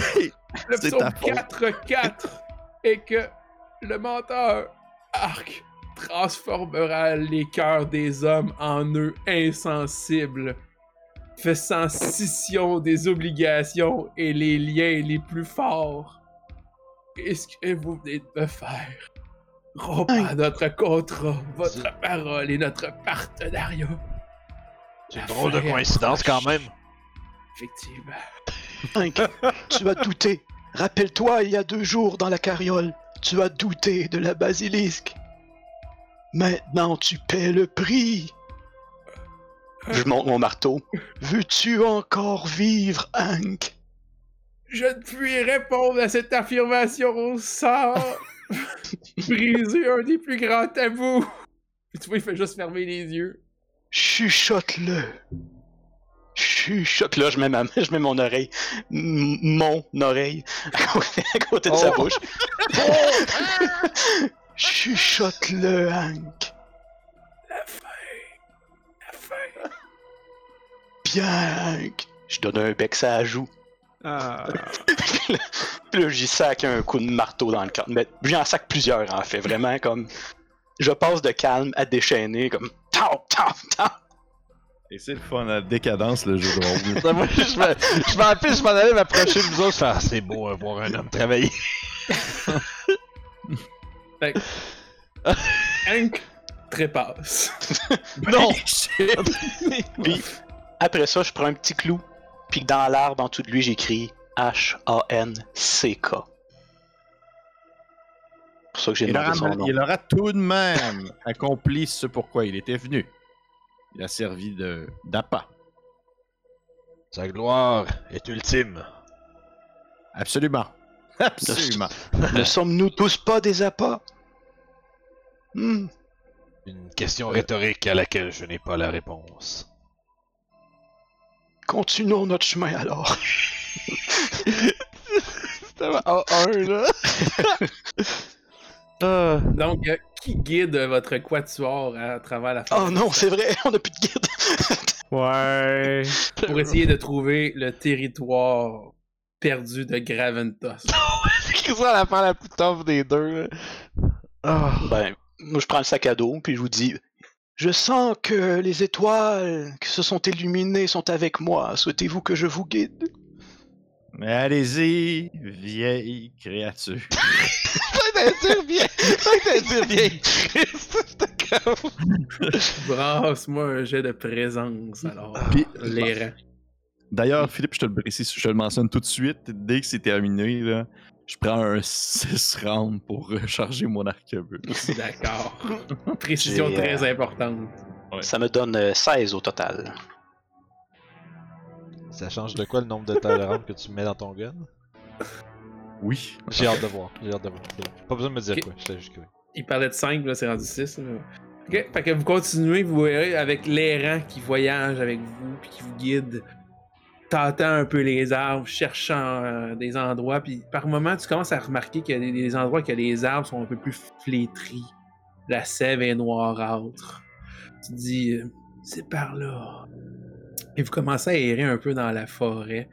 4.4 est que le menteur, Arc, transformera les cœurs des hommes en nœuds insensibles, faisant scission des obligations et les liens les plus forts. Qu'est-ce que vous venez de me faire? Rompant notre contrat, votre parole et notre partenariat. C'est une drôle de coïncidence quand même. Effectivement. Hank, tu as douté. Rappelle-toi, il y a 2 jours dans la carriole, tu as douté de la basilisque. Maintenant, tu paies le prix. Je monte mon marteau. Veux-tu encore vivre, Hank? Je ne puis répondre à cette affirmation sans briser un des plus grands tabous. Et tu vois, il fait juste fermer les yeux. Chuchote-le. Chuchote. Là, je mets mon oreille. Mon oreille à côté de sa bouche. Chuchote-le, Hank. La fin. Bien, Hank. Je donne un bec ça joue. Puis là, j'y sac un coup de marteau dans le corps. Mais j'en sac plusieurs, en fait. Vraiment, comme... Je passe de calme à déchaîner, comme... Tau! Et c'est le fun, la décadence, le jeu de rôle. Moi, je m'en allais m'approcher de vous autres, faire c'est beau voir un homme travailler. Fait que... Hank trépasse. Non! Puis, après ça, je prends un petit clou, puis dans l'arbre, en dessous de lui, j'écris H-A-N-C-K. C'est pour ça que j'ai demandé son nom. Il aura tout de même accompli ce pourquoi il était venu. Il a servi d'appât. Sa gloire est ultime. Absolument. Absolument. Ne sommes-nous tous pas des appâts? Une question rhétorique à laquelle je n'ai pas la réponse. Continuons notre chemin alors. C'était A1 là. Donc, qui guide votre quatuor à travers la Oh non, c'est vrai, on a plus de guide. Ouais. pour essayer de trouver le territoire perdu de Graventos? C'est ça l'affaire la plus tough des deux. Là. Oh. Ben, moi je prends le sac à dos, puis je vous dis... Je sens que les étoiles qui se sont illuminées sont avec moi. Souhaitez-vous que je vous guide? Mais allez-y, vieille créature. T'as dire bien. Brasse-moi un jet de présence, alors. Puis, Les rangs. D'ailleurs, Philippe, je te le mentionne tout de suite. Dès que c'est terminé, là, je prends un 6 rounds pour recharger mon arquebuse. D'accord. Précision très importante. Ouais. Ça me donne 16 au total. Ça change de quoi le nombre de tolérances que tu mets dans ton gun? Oui. J'ai hâte de voir. Pas besoin de me dire Ok. quoi, j'étais juste curieux. Il parlait de 5, là, c'est rendu 6. Là. Ok, fait que vous continuez, vous voyez, avec l'errant qui voyage avec vous, puis qui vous guide, tentant un peu les arbres, cherchant des endroits, puis par moments, tu commences à remarquer qu'il y a des endroits que les arbres sont un peu plus flétris. La sève est noirâtre. Tu te dis, c'est par là. Et vous commencez à errer un peu dans la forêt.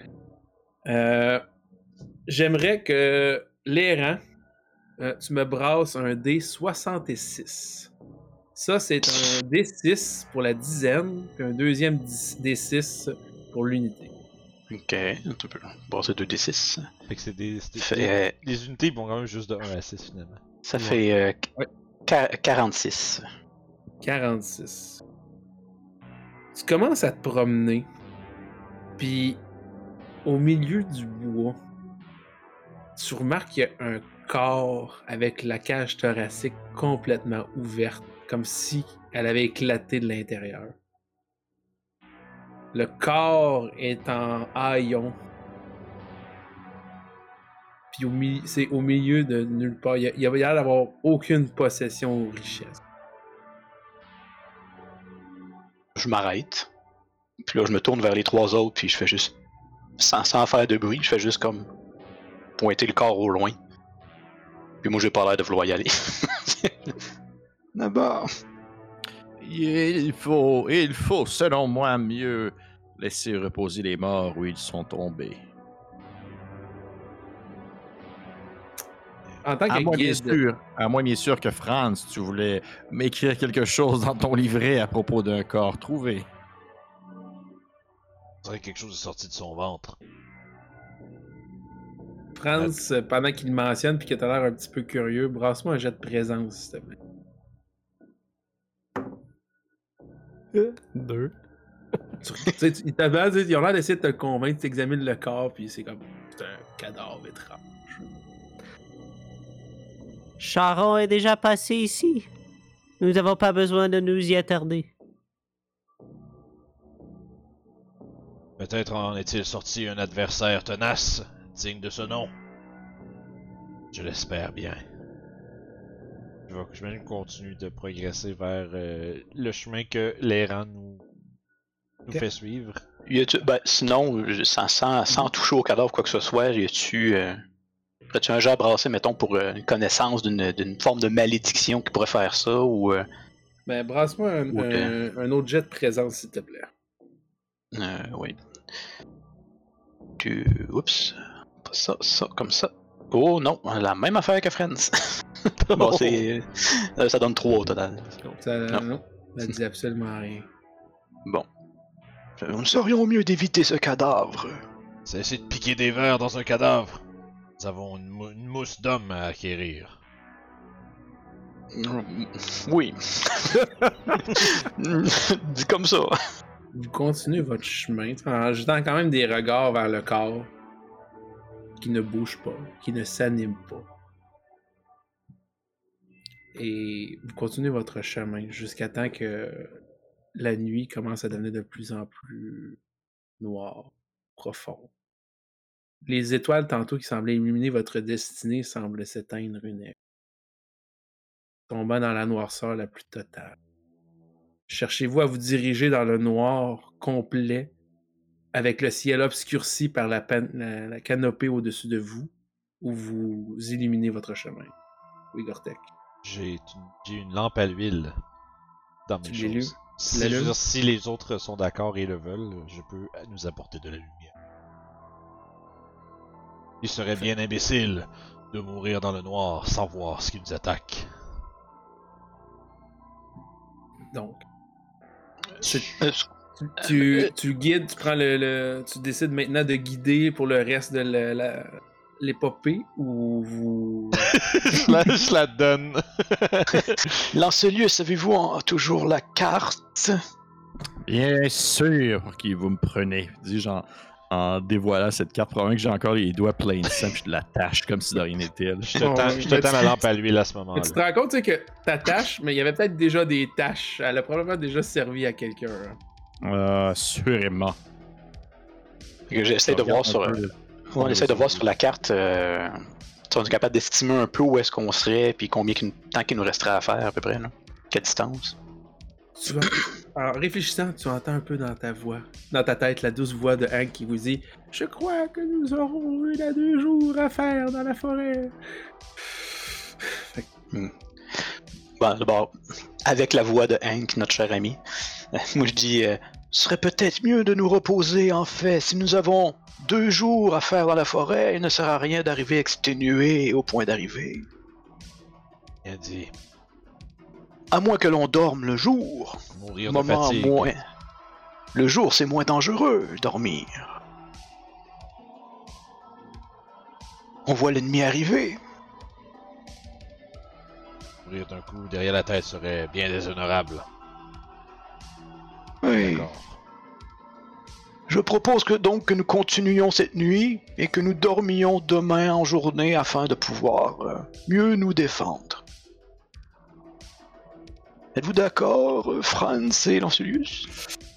J'aimerais que l'errant, tu me brasses un dé 66. Ça, c'est un D6 pour la dizaine, puis un deuxième D6 pour l'unité. Ok, un peu. Bon, c'est 2d6. Fait que c'est des unités qui vont quand même juste de 1 à 6 finalement. Ça fait 46. 46. Tu commences à te promener, puis au milieu du bois, tu remarques qu'il y a un corps avec la cage thoracique complètement ouverte, comme si elle avait éclaté de l'intérieur. Le corps est en haillons. Puis c'est au milieu de nulle part. Il y a l'air d'avoir aucune possession ou richesse. Je m'arrête. Puis là, je me tourne vers les 3 autres, puis je fais juste... Sans faire de bruit, je fais juste comme... pointer le corps au loin. Puis moi, j'ai pas l'air de vouloir y aller. Là-bas. Il faut, selon moi, mieux laisser reposer les morts où ils sont tombés. En tant que guide... À moins bien sûr que Franz, tu voulais m'écrire quelque chose dans ton livret à propos d'un corps trouvé. On dirait que quelque chose est sorti de son ventre. Franz, pendant qu'il le mentionne puis que t'as l'air un petit peu curieux, brasse-moi un jet de présence, s'il te plaît. 2. Ils ont l'air d'essayer de te convaincre, tu examines le corps, puis c'est comme... C'est un cadavre étrange. Charon est déjà passé ici. Nous n'avons pas besoin de nous y attarder. Peut-être en est-il sorti un adversaire tenace, digne de ce nom. Je l'espère bien. Je vais continuer de progresser vers le chemin que l'errant nous fait suivre. Sinon, sans toucher au cadavre quoi que ce soit, as-tu un jet à brasser, mettons, pour une connaissance d'une forme de malédiction qui pourrait faire ça, ou... Ben, brasse-moi un autre jet de présence, s'il te plaît. Oui. Oups. Pas ça, comme ça. Oh non, la même affaire que Friends. Bon, ça donne 3 au total. Non, ça dit absolument rien. Bon. Nous serions mieux d'éviter ce cadavre. Cessez de piquer des vers dans un cadavre. Nous avons une mousse d'homme à acquérir. Oui. Dis comme ça. Vous continuez votre chemin en jetant quand même des regards vers le corps qui ne bouge pas, qui ne s'anime pas. Et vous continuez votre chemin jusqu'à temps que la nuit commence à devenir de plus en plus noire, profonde. Les étoiles tantôt qui semblaient illuminer votre destinée semblent s'éteindre une à une, tombant dans la noirceur la plus totale. Cherchez-vous à vous diriger dans le noir complet, avec le ciel obscurci par la canopée au-dessus de vous, ou vous illuminez votre chemin? Oui, Gortek. J'ai une lampe à l'huile dans mes choses. Si les autres sont d'accord et le veulent, je peux nous apporter de la lumière. Il serait bien imbécile de mourir dans le noir sans voir ce qui nous attaque. Donc, tu guides, tu prends tu décides maintenant de guider pour le reste de l'épopée, ou vous... je la donne. Lancelius, avez-vous toujours la carte? Bien sûr que vous me prenez. Dis en dévoilant cette carte, probablement que j'ai encore les doigts pleins de sang, puis je l'attache comme si de rien n'était. Je te tends ma lampe à l'huile à ce moment-là. Tu te rends compte que t'attaches, mais il y avait peut-être déjà des taches. Elle a probablement déjà servi à quelqu'un. Sûrement. J'essaie de voir sur... On essaie de voir sur la carte, si on est capable d'estimer un peu où est-ce qu'on serait, puis combien de temps qu'il nous resterait à faire à peu près, là. Quelle distance? En réfléchissant, tu entends un peu dans ta voix, dans ta tête, la douce voix de Hank qui vous dit « Je crois que nous aurons 1 à 2 jours à faire dans la forêt. » Bon, d'abord, avec la voix de Hank, notre cher ami, moi je dis ce serait peut-être mieux de nous reposer, en fait. Si nous avons 2 jours à faire dans la forêt, il ne sert à rien d'arriver exténué au point d'arriver. Bien dit. À moins que l'on dorme le jour. Mourir de fatigue. Le jour, c'est moins dangereux, dormir. On voit l'ennemi arriver. Mourir d'un coup derrière la tête serait bien déshonorable. Oui. D'accord. Je propose que nous continuions cette nuit et que nous dormions demain en journée afin de pouvoir mieux nous défendre. Êtes-vous d'accord, Franz et Lancelius?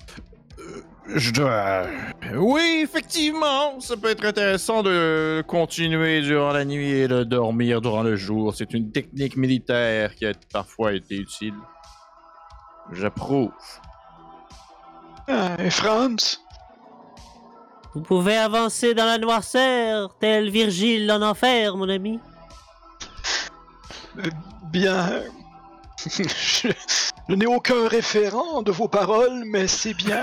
Oui, effectivement, ça peut être intéressant de continuer durant la nuit et de dormir durant le jour. C'est une technique militaire qui a parfois été utile. J'approuve. Et Franz? Vous pouvez avancer dans la noirceur, tel Virgile en enfer, mon ami. Bien... Je n'ai aucun référent de vos paroles, mais c'est bien.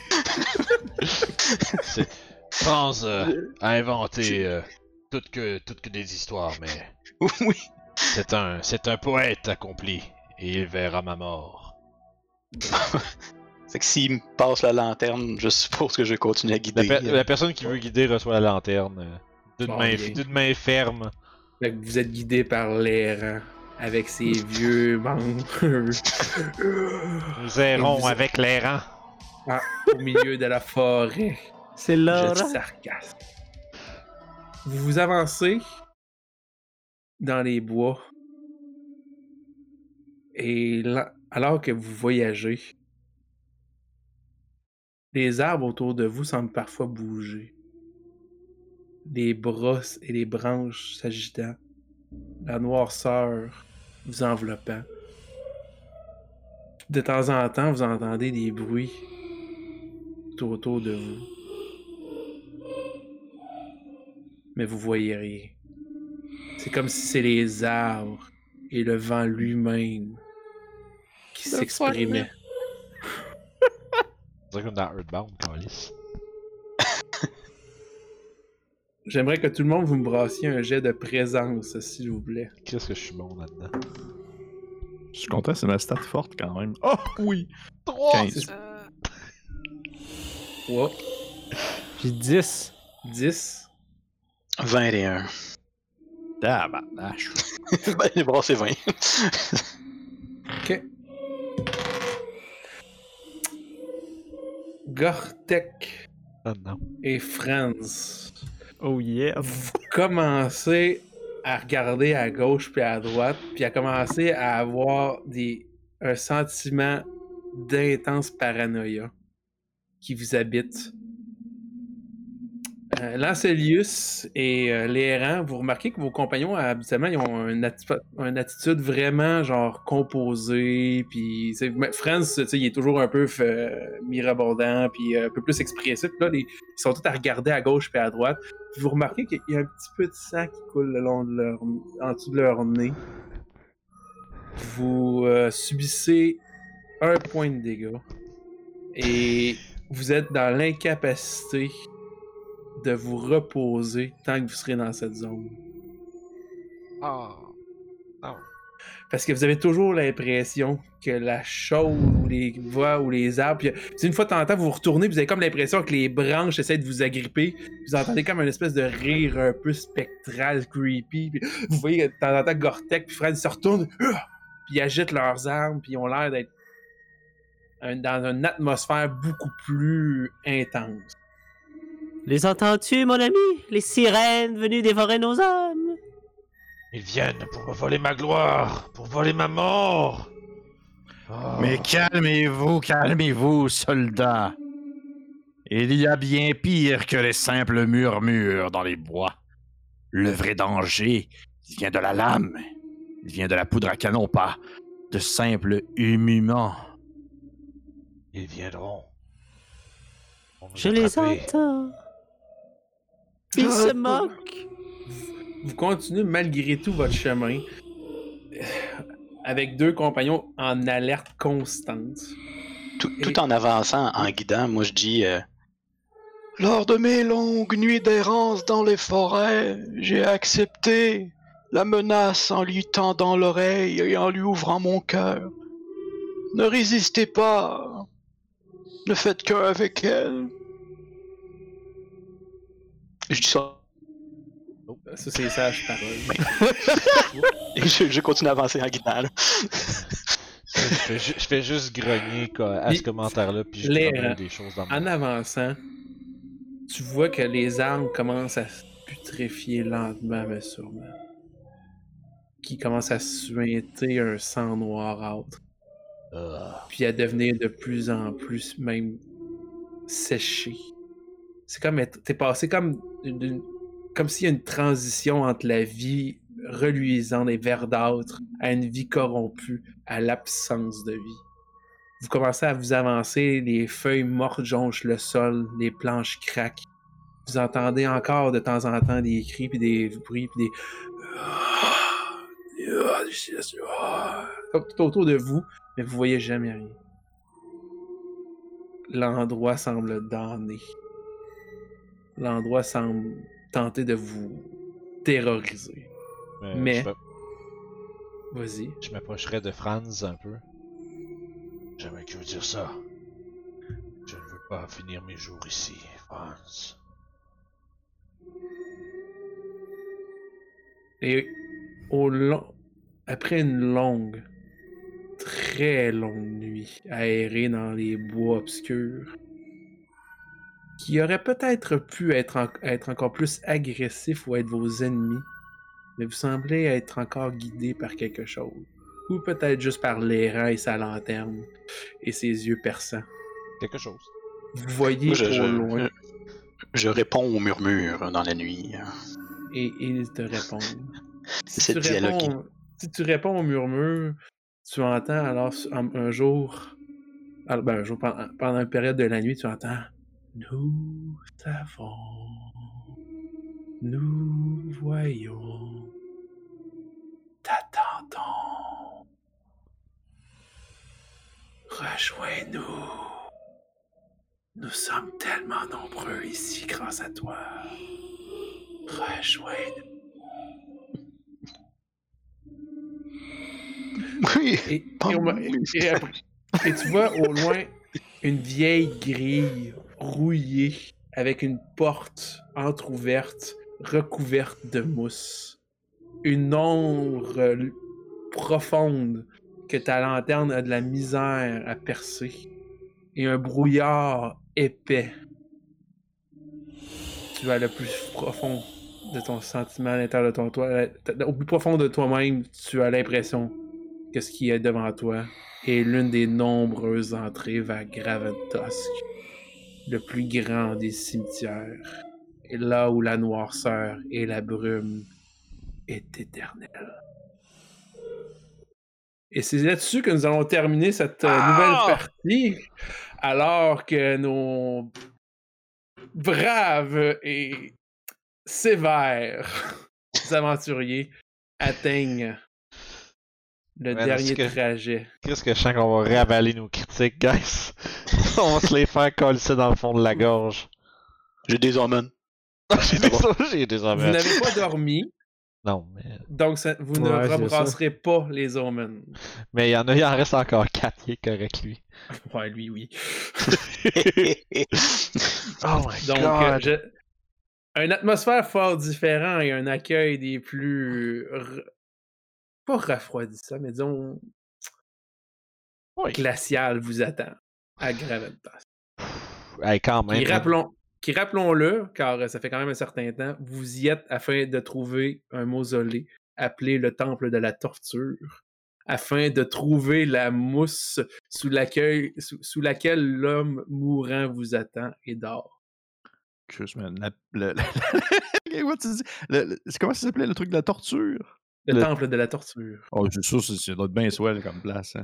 Franz a inventé toutes que des histoires, mais Oui. c'est un poète accompli, et il verra ma mort. C'est que s'il me passe la lanterne, je suppose que je vais continuer à guider. La personne qui veut guider reçoit la lanterne d'une main ferme. Fait que vous êtes guidé par l'air avec ses vieux membres. Nous errons avec les rangs. Au milieu de la forêt. C'est Je l'heure. dis sarcasme. Vous avancez dans les bois. Et là, alors que vous voyagez, les arbres autour de vous semblent parfois bouger. Les brosses et les branches s'agitant. La noirceur vous enveloppant. De temps en temps, vous entendez des bruits tout autour de vous. Mais vous voyez rien. C'est comme si c'est les arbres et le vent lui-même qui s'exprimaient. C'est comme dans Earthbound, Callis. J'aimerais que tout le monde vous me brassiez un jet de présence, s'il vous plaît. Qu'est-ce que je suis bon là-dedans? Je suis content, c'est ma stat forte quand même. Oh oui! 3! 15. Ouais. J'ai 10. 10. 21. Tabarnache. Ben, les bras, c'est 20. Ok. Gortek Ah non. et Franz, Oh yeah. vous commencez à regarder à gauche puis à droite, puis à commencer à avoir un sentiment d'intense paranoïa qui vous habite. Lancelius et Léran, vous remarquez que vos compagnons, habituellement, ils ont une attitude vraiment, genre, composée, puis Franz, tu sais, il est toujours un peu mirabourdant, puis un peu plus expressif. Là, ils sont tous à regarder à gauche puis à droite. Puis vous remarquez qu'il y a un petit peu de sang qui coule le long de en dessous de leur nez. Vous subissez 1 point de dégâts. Et vous êtes dans l'incapacité de vous reposer tant que vous serez dans cette zone. Oh. Non. Parce que vous avez toujours l'impression que la chose ou les voix ou les arbres, puis une fois de temps en temps, vous vous retournez, vous avez comme l'impression que les branches essaient de vous agripper. Vous entendez comme une espèce de rire un peu spectral, creepy. Puis vous voyez de temps en temps Gortek puis Fred se retournent, puis ils agitent leurs armes, puis ils ont l'air d'être dans une atmosphère beaucoup plus intense. Les entends-tu, mon ami? Les sirènes venues dévorer nos âmes. Ils viennent pour me voler ma gloire, pour voler ma mort. Oh. Mais calmez-vous, soldats. Il y a bien pire que les simples murmures dans les bois. Le vrai danger, il vient de la lame. Il vient de la poudre à canon, pas de simples humuements. Ils viendront. On nous Je les attraper. entends. Ils se moquent. Vous continuez malgré tout votre chemin avec 2 compagnons en alerte constante. Tout en avançant, en guidant, moi je dis lors de mes longues nuits d'errance dans les forêts, j'ai accepté la menace en lui tendant l'oreille et en lui ouvrant mon cœur. Ne résistez pas. Ne faites qu'un avec elle. Je dis ça. Ça, c'est sage parole. Et je continue à avancer en guidant. Là. Je fais juste grogner quoi, à ce commentaire-là, puis je prends des choses dans mon... En avançant, tu vois que les armes commencent à se putréfier lentement mais sûrement. Qui commence à suinter un sang noirâtre. Puis à devenir de plus en plus même séché. C'est comme t'es passé comme s'il y a une transition entre la vie reluisante et verdâtre à une vie corrompue, à l'absence de vie. Vous commencez à vous avancer, les feuilles mortes jonchent le sol, les planches craquent. Vous entendez encore de temps en temps des cris puis des bruits puis des... tout autour de vous, mais vous voyez jamais rien. L'endroit semble damné. L'endroit semble tenter de vous terroriser. Mais... Vas-y. Je m'approcherais de Franz un peu. Jamais que je veux dire ça. Je ne veux pas finir mes jours ici, Franz. Et après une longue, très longue nuit aérée dans les bois obscurs, qui aurait peut-être pu être encore plus agressif ou être vos ennemis, mais vous semblez être encore guidé par quelque chose. Ou peut-être juste par l'errant et sa lanterne et ses yeux perçants. Quelque chose. Vous voyez au loin. Je réponds au murmure dans la nuit. Et ils te répondent. Si tu réponds au murmure, tu entends alors un jour, pendant une période de la nuit, tu entends « Nous savons, nous voyons, t'attendons, rejoins-nous. Nous sommes tellement nombreux ici grâce à toi. Rejoins-nous. » Oui. Et tu vois au loin une vieille grille rouillée avec une porte entr'ouverte recouverte de mousse. Une ombre profonde que ta lanterne a de la misère à percer. Et un brouillard épais. Tu vas le plus profond de ton sentiment à l'intérieur de ton toi. Au plus profond de toi-même, tu as l'impression que ce qui est devant toi est l'une des nombreuses entrées vers Graventosk, le plus grand des cimetières, et là où la noirceur et la brume est éternelle. Et c'est là-dessus que nous allons terminer cette nouvelle partie, alors que nos braves et sévères aventuriers atteignent le dernier trajet. Qu'est-ce que je sens qu'on va réavaler nos critiques, guys? On va se les faire coller dans le fond de la gorge. J'ai des omens. J'ai des omens. Vous n'avez pas dormi. Non, mais... Donc, vous ne rebrasserez pas les omens. Mais il en reste encore 4, il est correct, lui. Ouais, lui, oui. Oh my God! Donc, une atmosphère fort différente et un accueil des plus... Pas refroidissant, mais disons... glacial vous attend à Graventosk. Quand même. Qui, rappelons-le, car ça fait quand même un certain temps, vous y êtes afin de trouver un mausolée appelé le Temple de la Torture, afin de trouver la mousse sous laquelle l'homme mourant vous attend et dort. Comment ça s'appelait le truc de la torture? Le Temple de la Torture. Oh, c'est sûr, c'est notre bien swell comme place. Hein.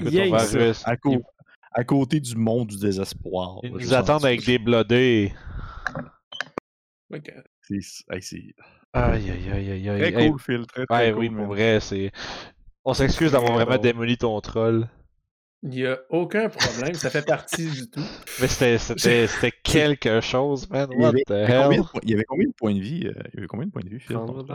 À côté du monde du désespoir. Ils nous attendent avec des blodés. Okay. Aïe. Très cool, Phil. Très cool. Oui, pour vrai, c'est... On s'excuse d'avoir vraiment démoli ton troll. Il n'y a aucun problème, ça fait partie du tout. Mais c'était quelque chose, man. What the hell? Il y avait combien de points de vie, Phil?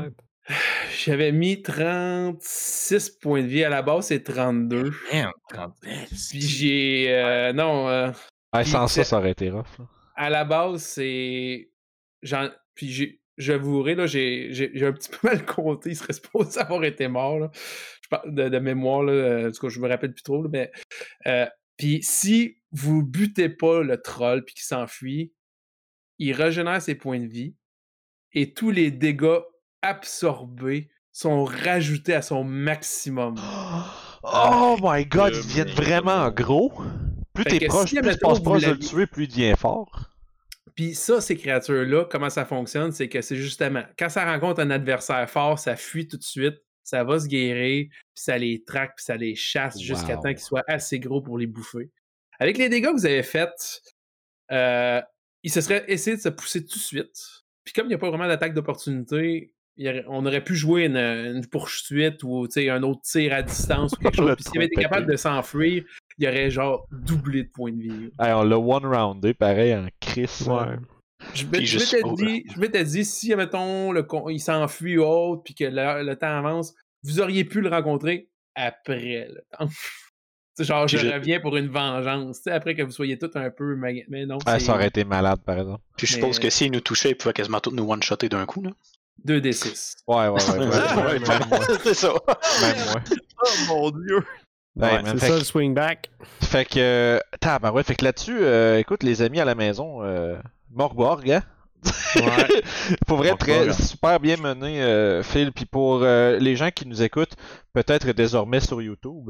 J'avais mis 36 points de vie. À la base, c'est 32. Merde, 30. Puis j'ai... non... sans ça aurait été rough. Là. À la base, c'est... Puis j'avouerai, là, j'ai un petit peu mal compté. Il serait supposé avoir été mort, là. Je parle de mémoire, là. En tout cas, je me rappelle plus trop, là, mais... puis si vous butez pas le troll puis qu'il s'enfuit, il régénère ses points de vie et tous les dégâts absorbés sont rajoutés à son maximum. Oh my god, ils deviennent vraiment gros. Plus Fait t'es que proche, si, plus tu admettons, passes vous proche de le l'aviez- tuer, plus il devient fort. Puis ça, ces créatures-là, comment ça fonctionne, c'est que c'est justement, quand ça rencontre un adversaire fort, ça fuit tout de suite, ça va se guérir, puis ça les traque, puis ça les chasse jusqu'à Wow. temps qu'ils soient assez gros pour les bouffer. Avec les dégâts que vous avez faits, il se serait essayé de se pousser tout de suite. Puis comme il n'y a pas vraiment d'attaque d'opportunité, on aurait pu jouer une poursuite ou un autre tir à distance ou quelque chose. Puis s'il avait été capable de s'enfuir, il aurait genre doublé de points de vie. Hey, on l'a one-roundé, pareil, en Chris. Ouais. Je m'étais dit, si, mettons, il s'enfuit ou autre, puis que le temps avance, vous auriez pu le rencontrer après le temps. Genre, je reviens pour une vengeance, après que vous soyez tous un peu... Mais non, ça aurait été malade, par exemple. Puis je suppose que s'il nous touchait, il pouvait quasiment tous nous one-shotter d'un coup, là. 2d6. Ouais. Même moi. C'est ça. Même moi. Oh mon dieu! Ouais, C'est ça le swing back. Fait que... fait que là-dessus, écoute, les amis à la maison, Morgborg, hein? Ouais. Pour vrai, Morgborg, hein. super bien mené, Phil. Puis pour les gens qui nous écoutent, peut-être désormais sur YouTube,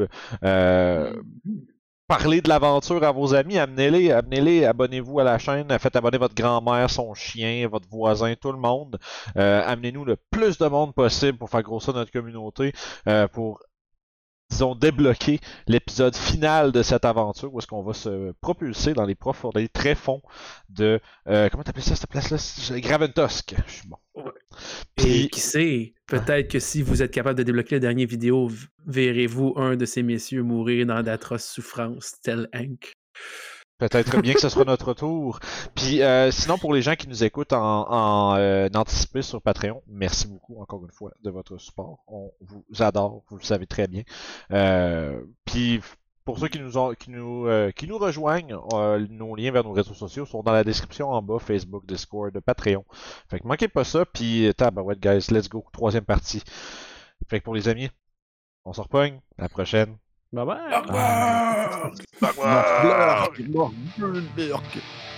parlez de l'aventure à vos amis, amenez-les, abonnez-vous à la chaîne, faites abonner votre grand-mère, son chien, votre voisin, tout le monde. Amenez-nous le plus de monde possible pour faire grossir notre communauté, pour, disons, débloquer l'épisode final de cette aventure, où est-ce qu'on va se propulser dans les tréfonds de... comment t'appelles ça, cette place-là? Graventosk. Je suis bon. Et qui sait, peut-être que si vous êtes capable de débloquer la dernière vidéo, verrez-vous un de ces messieurs mourir dans d'atroces souffrances, tel Hank. Peut-être bien que ce sera notre tour. Puis sinon, pour les gens qui nous écoutent en anticipé sur Patreon, merci beaucoup encore une fois de votre support. On vous adore, vous le savez très bien. Puis pour ceux qui nous rejoignent, nos liens vers nos réseaux sociaux sont dans la description en bas, Facebook, Discord, Patreon. Fait que manquez pas ça, puis ouais guys, let's go, 3e partie. Fait que pour les amis, on se repogne, à la prochaine. Bye bye. Au revoir! Morgborg!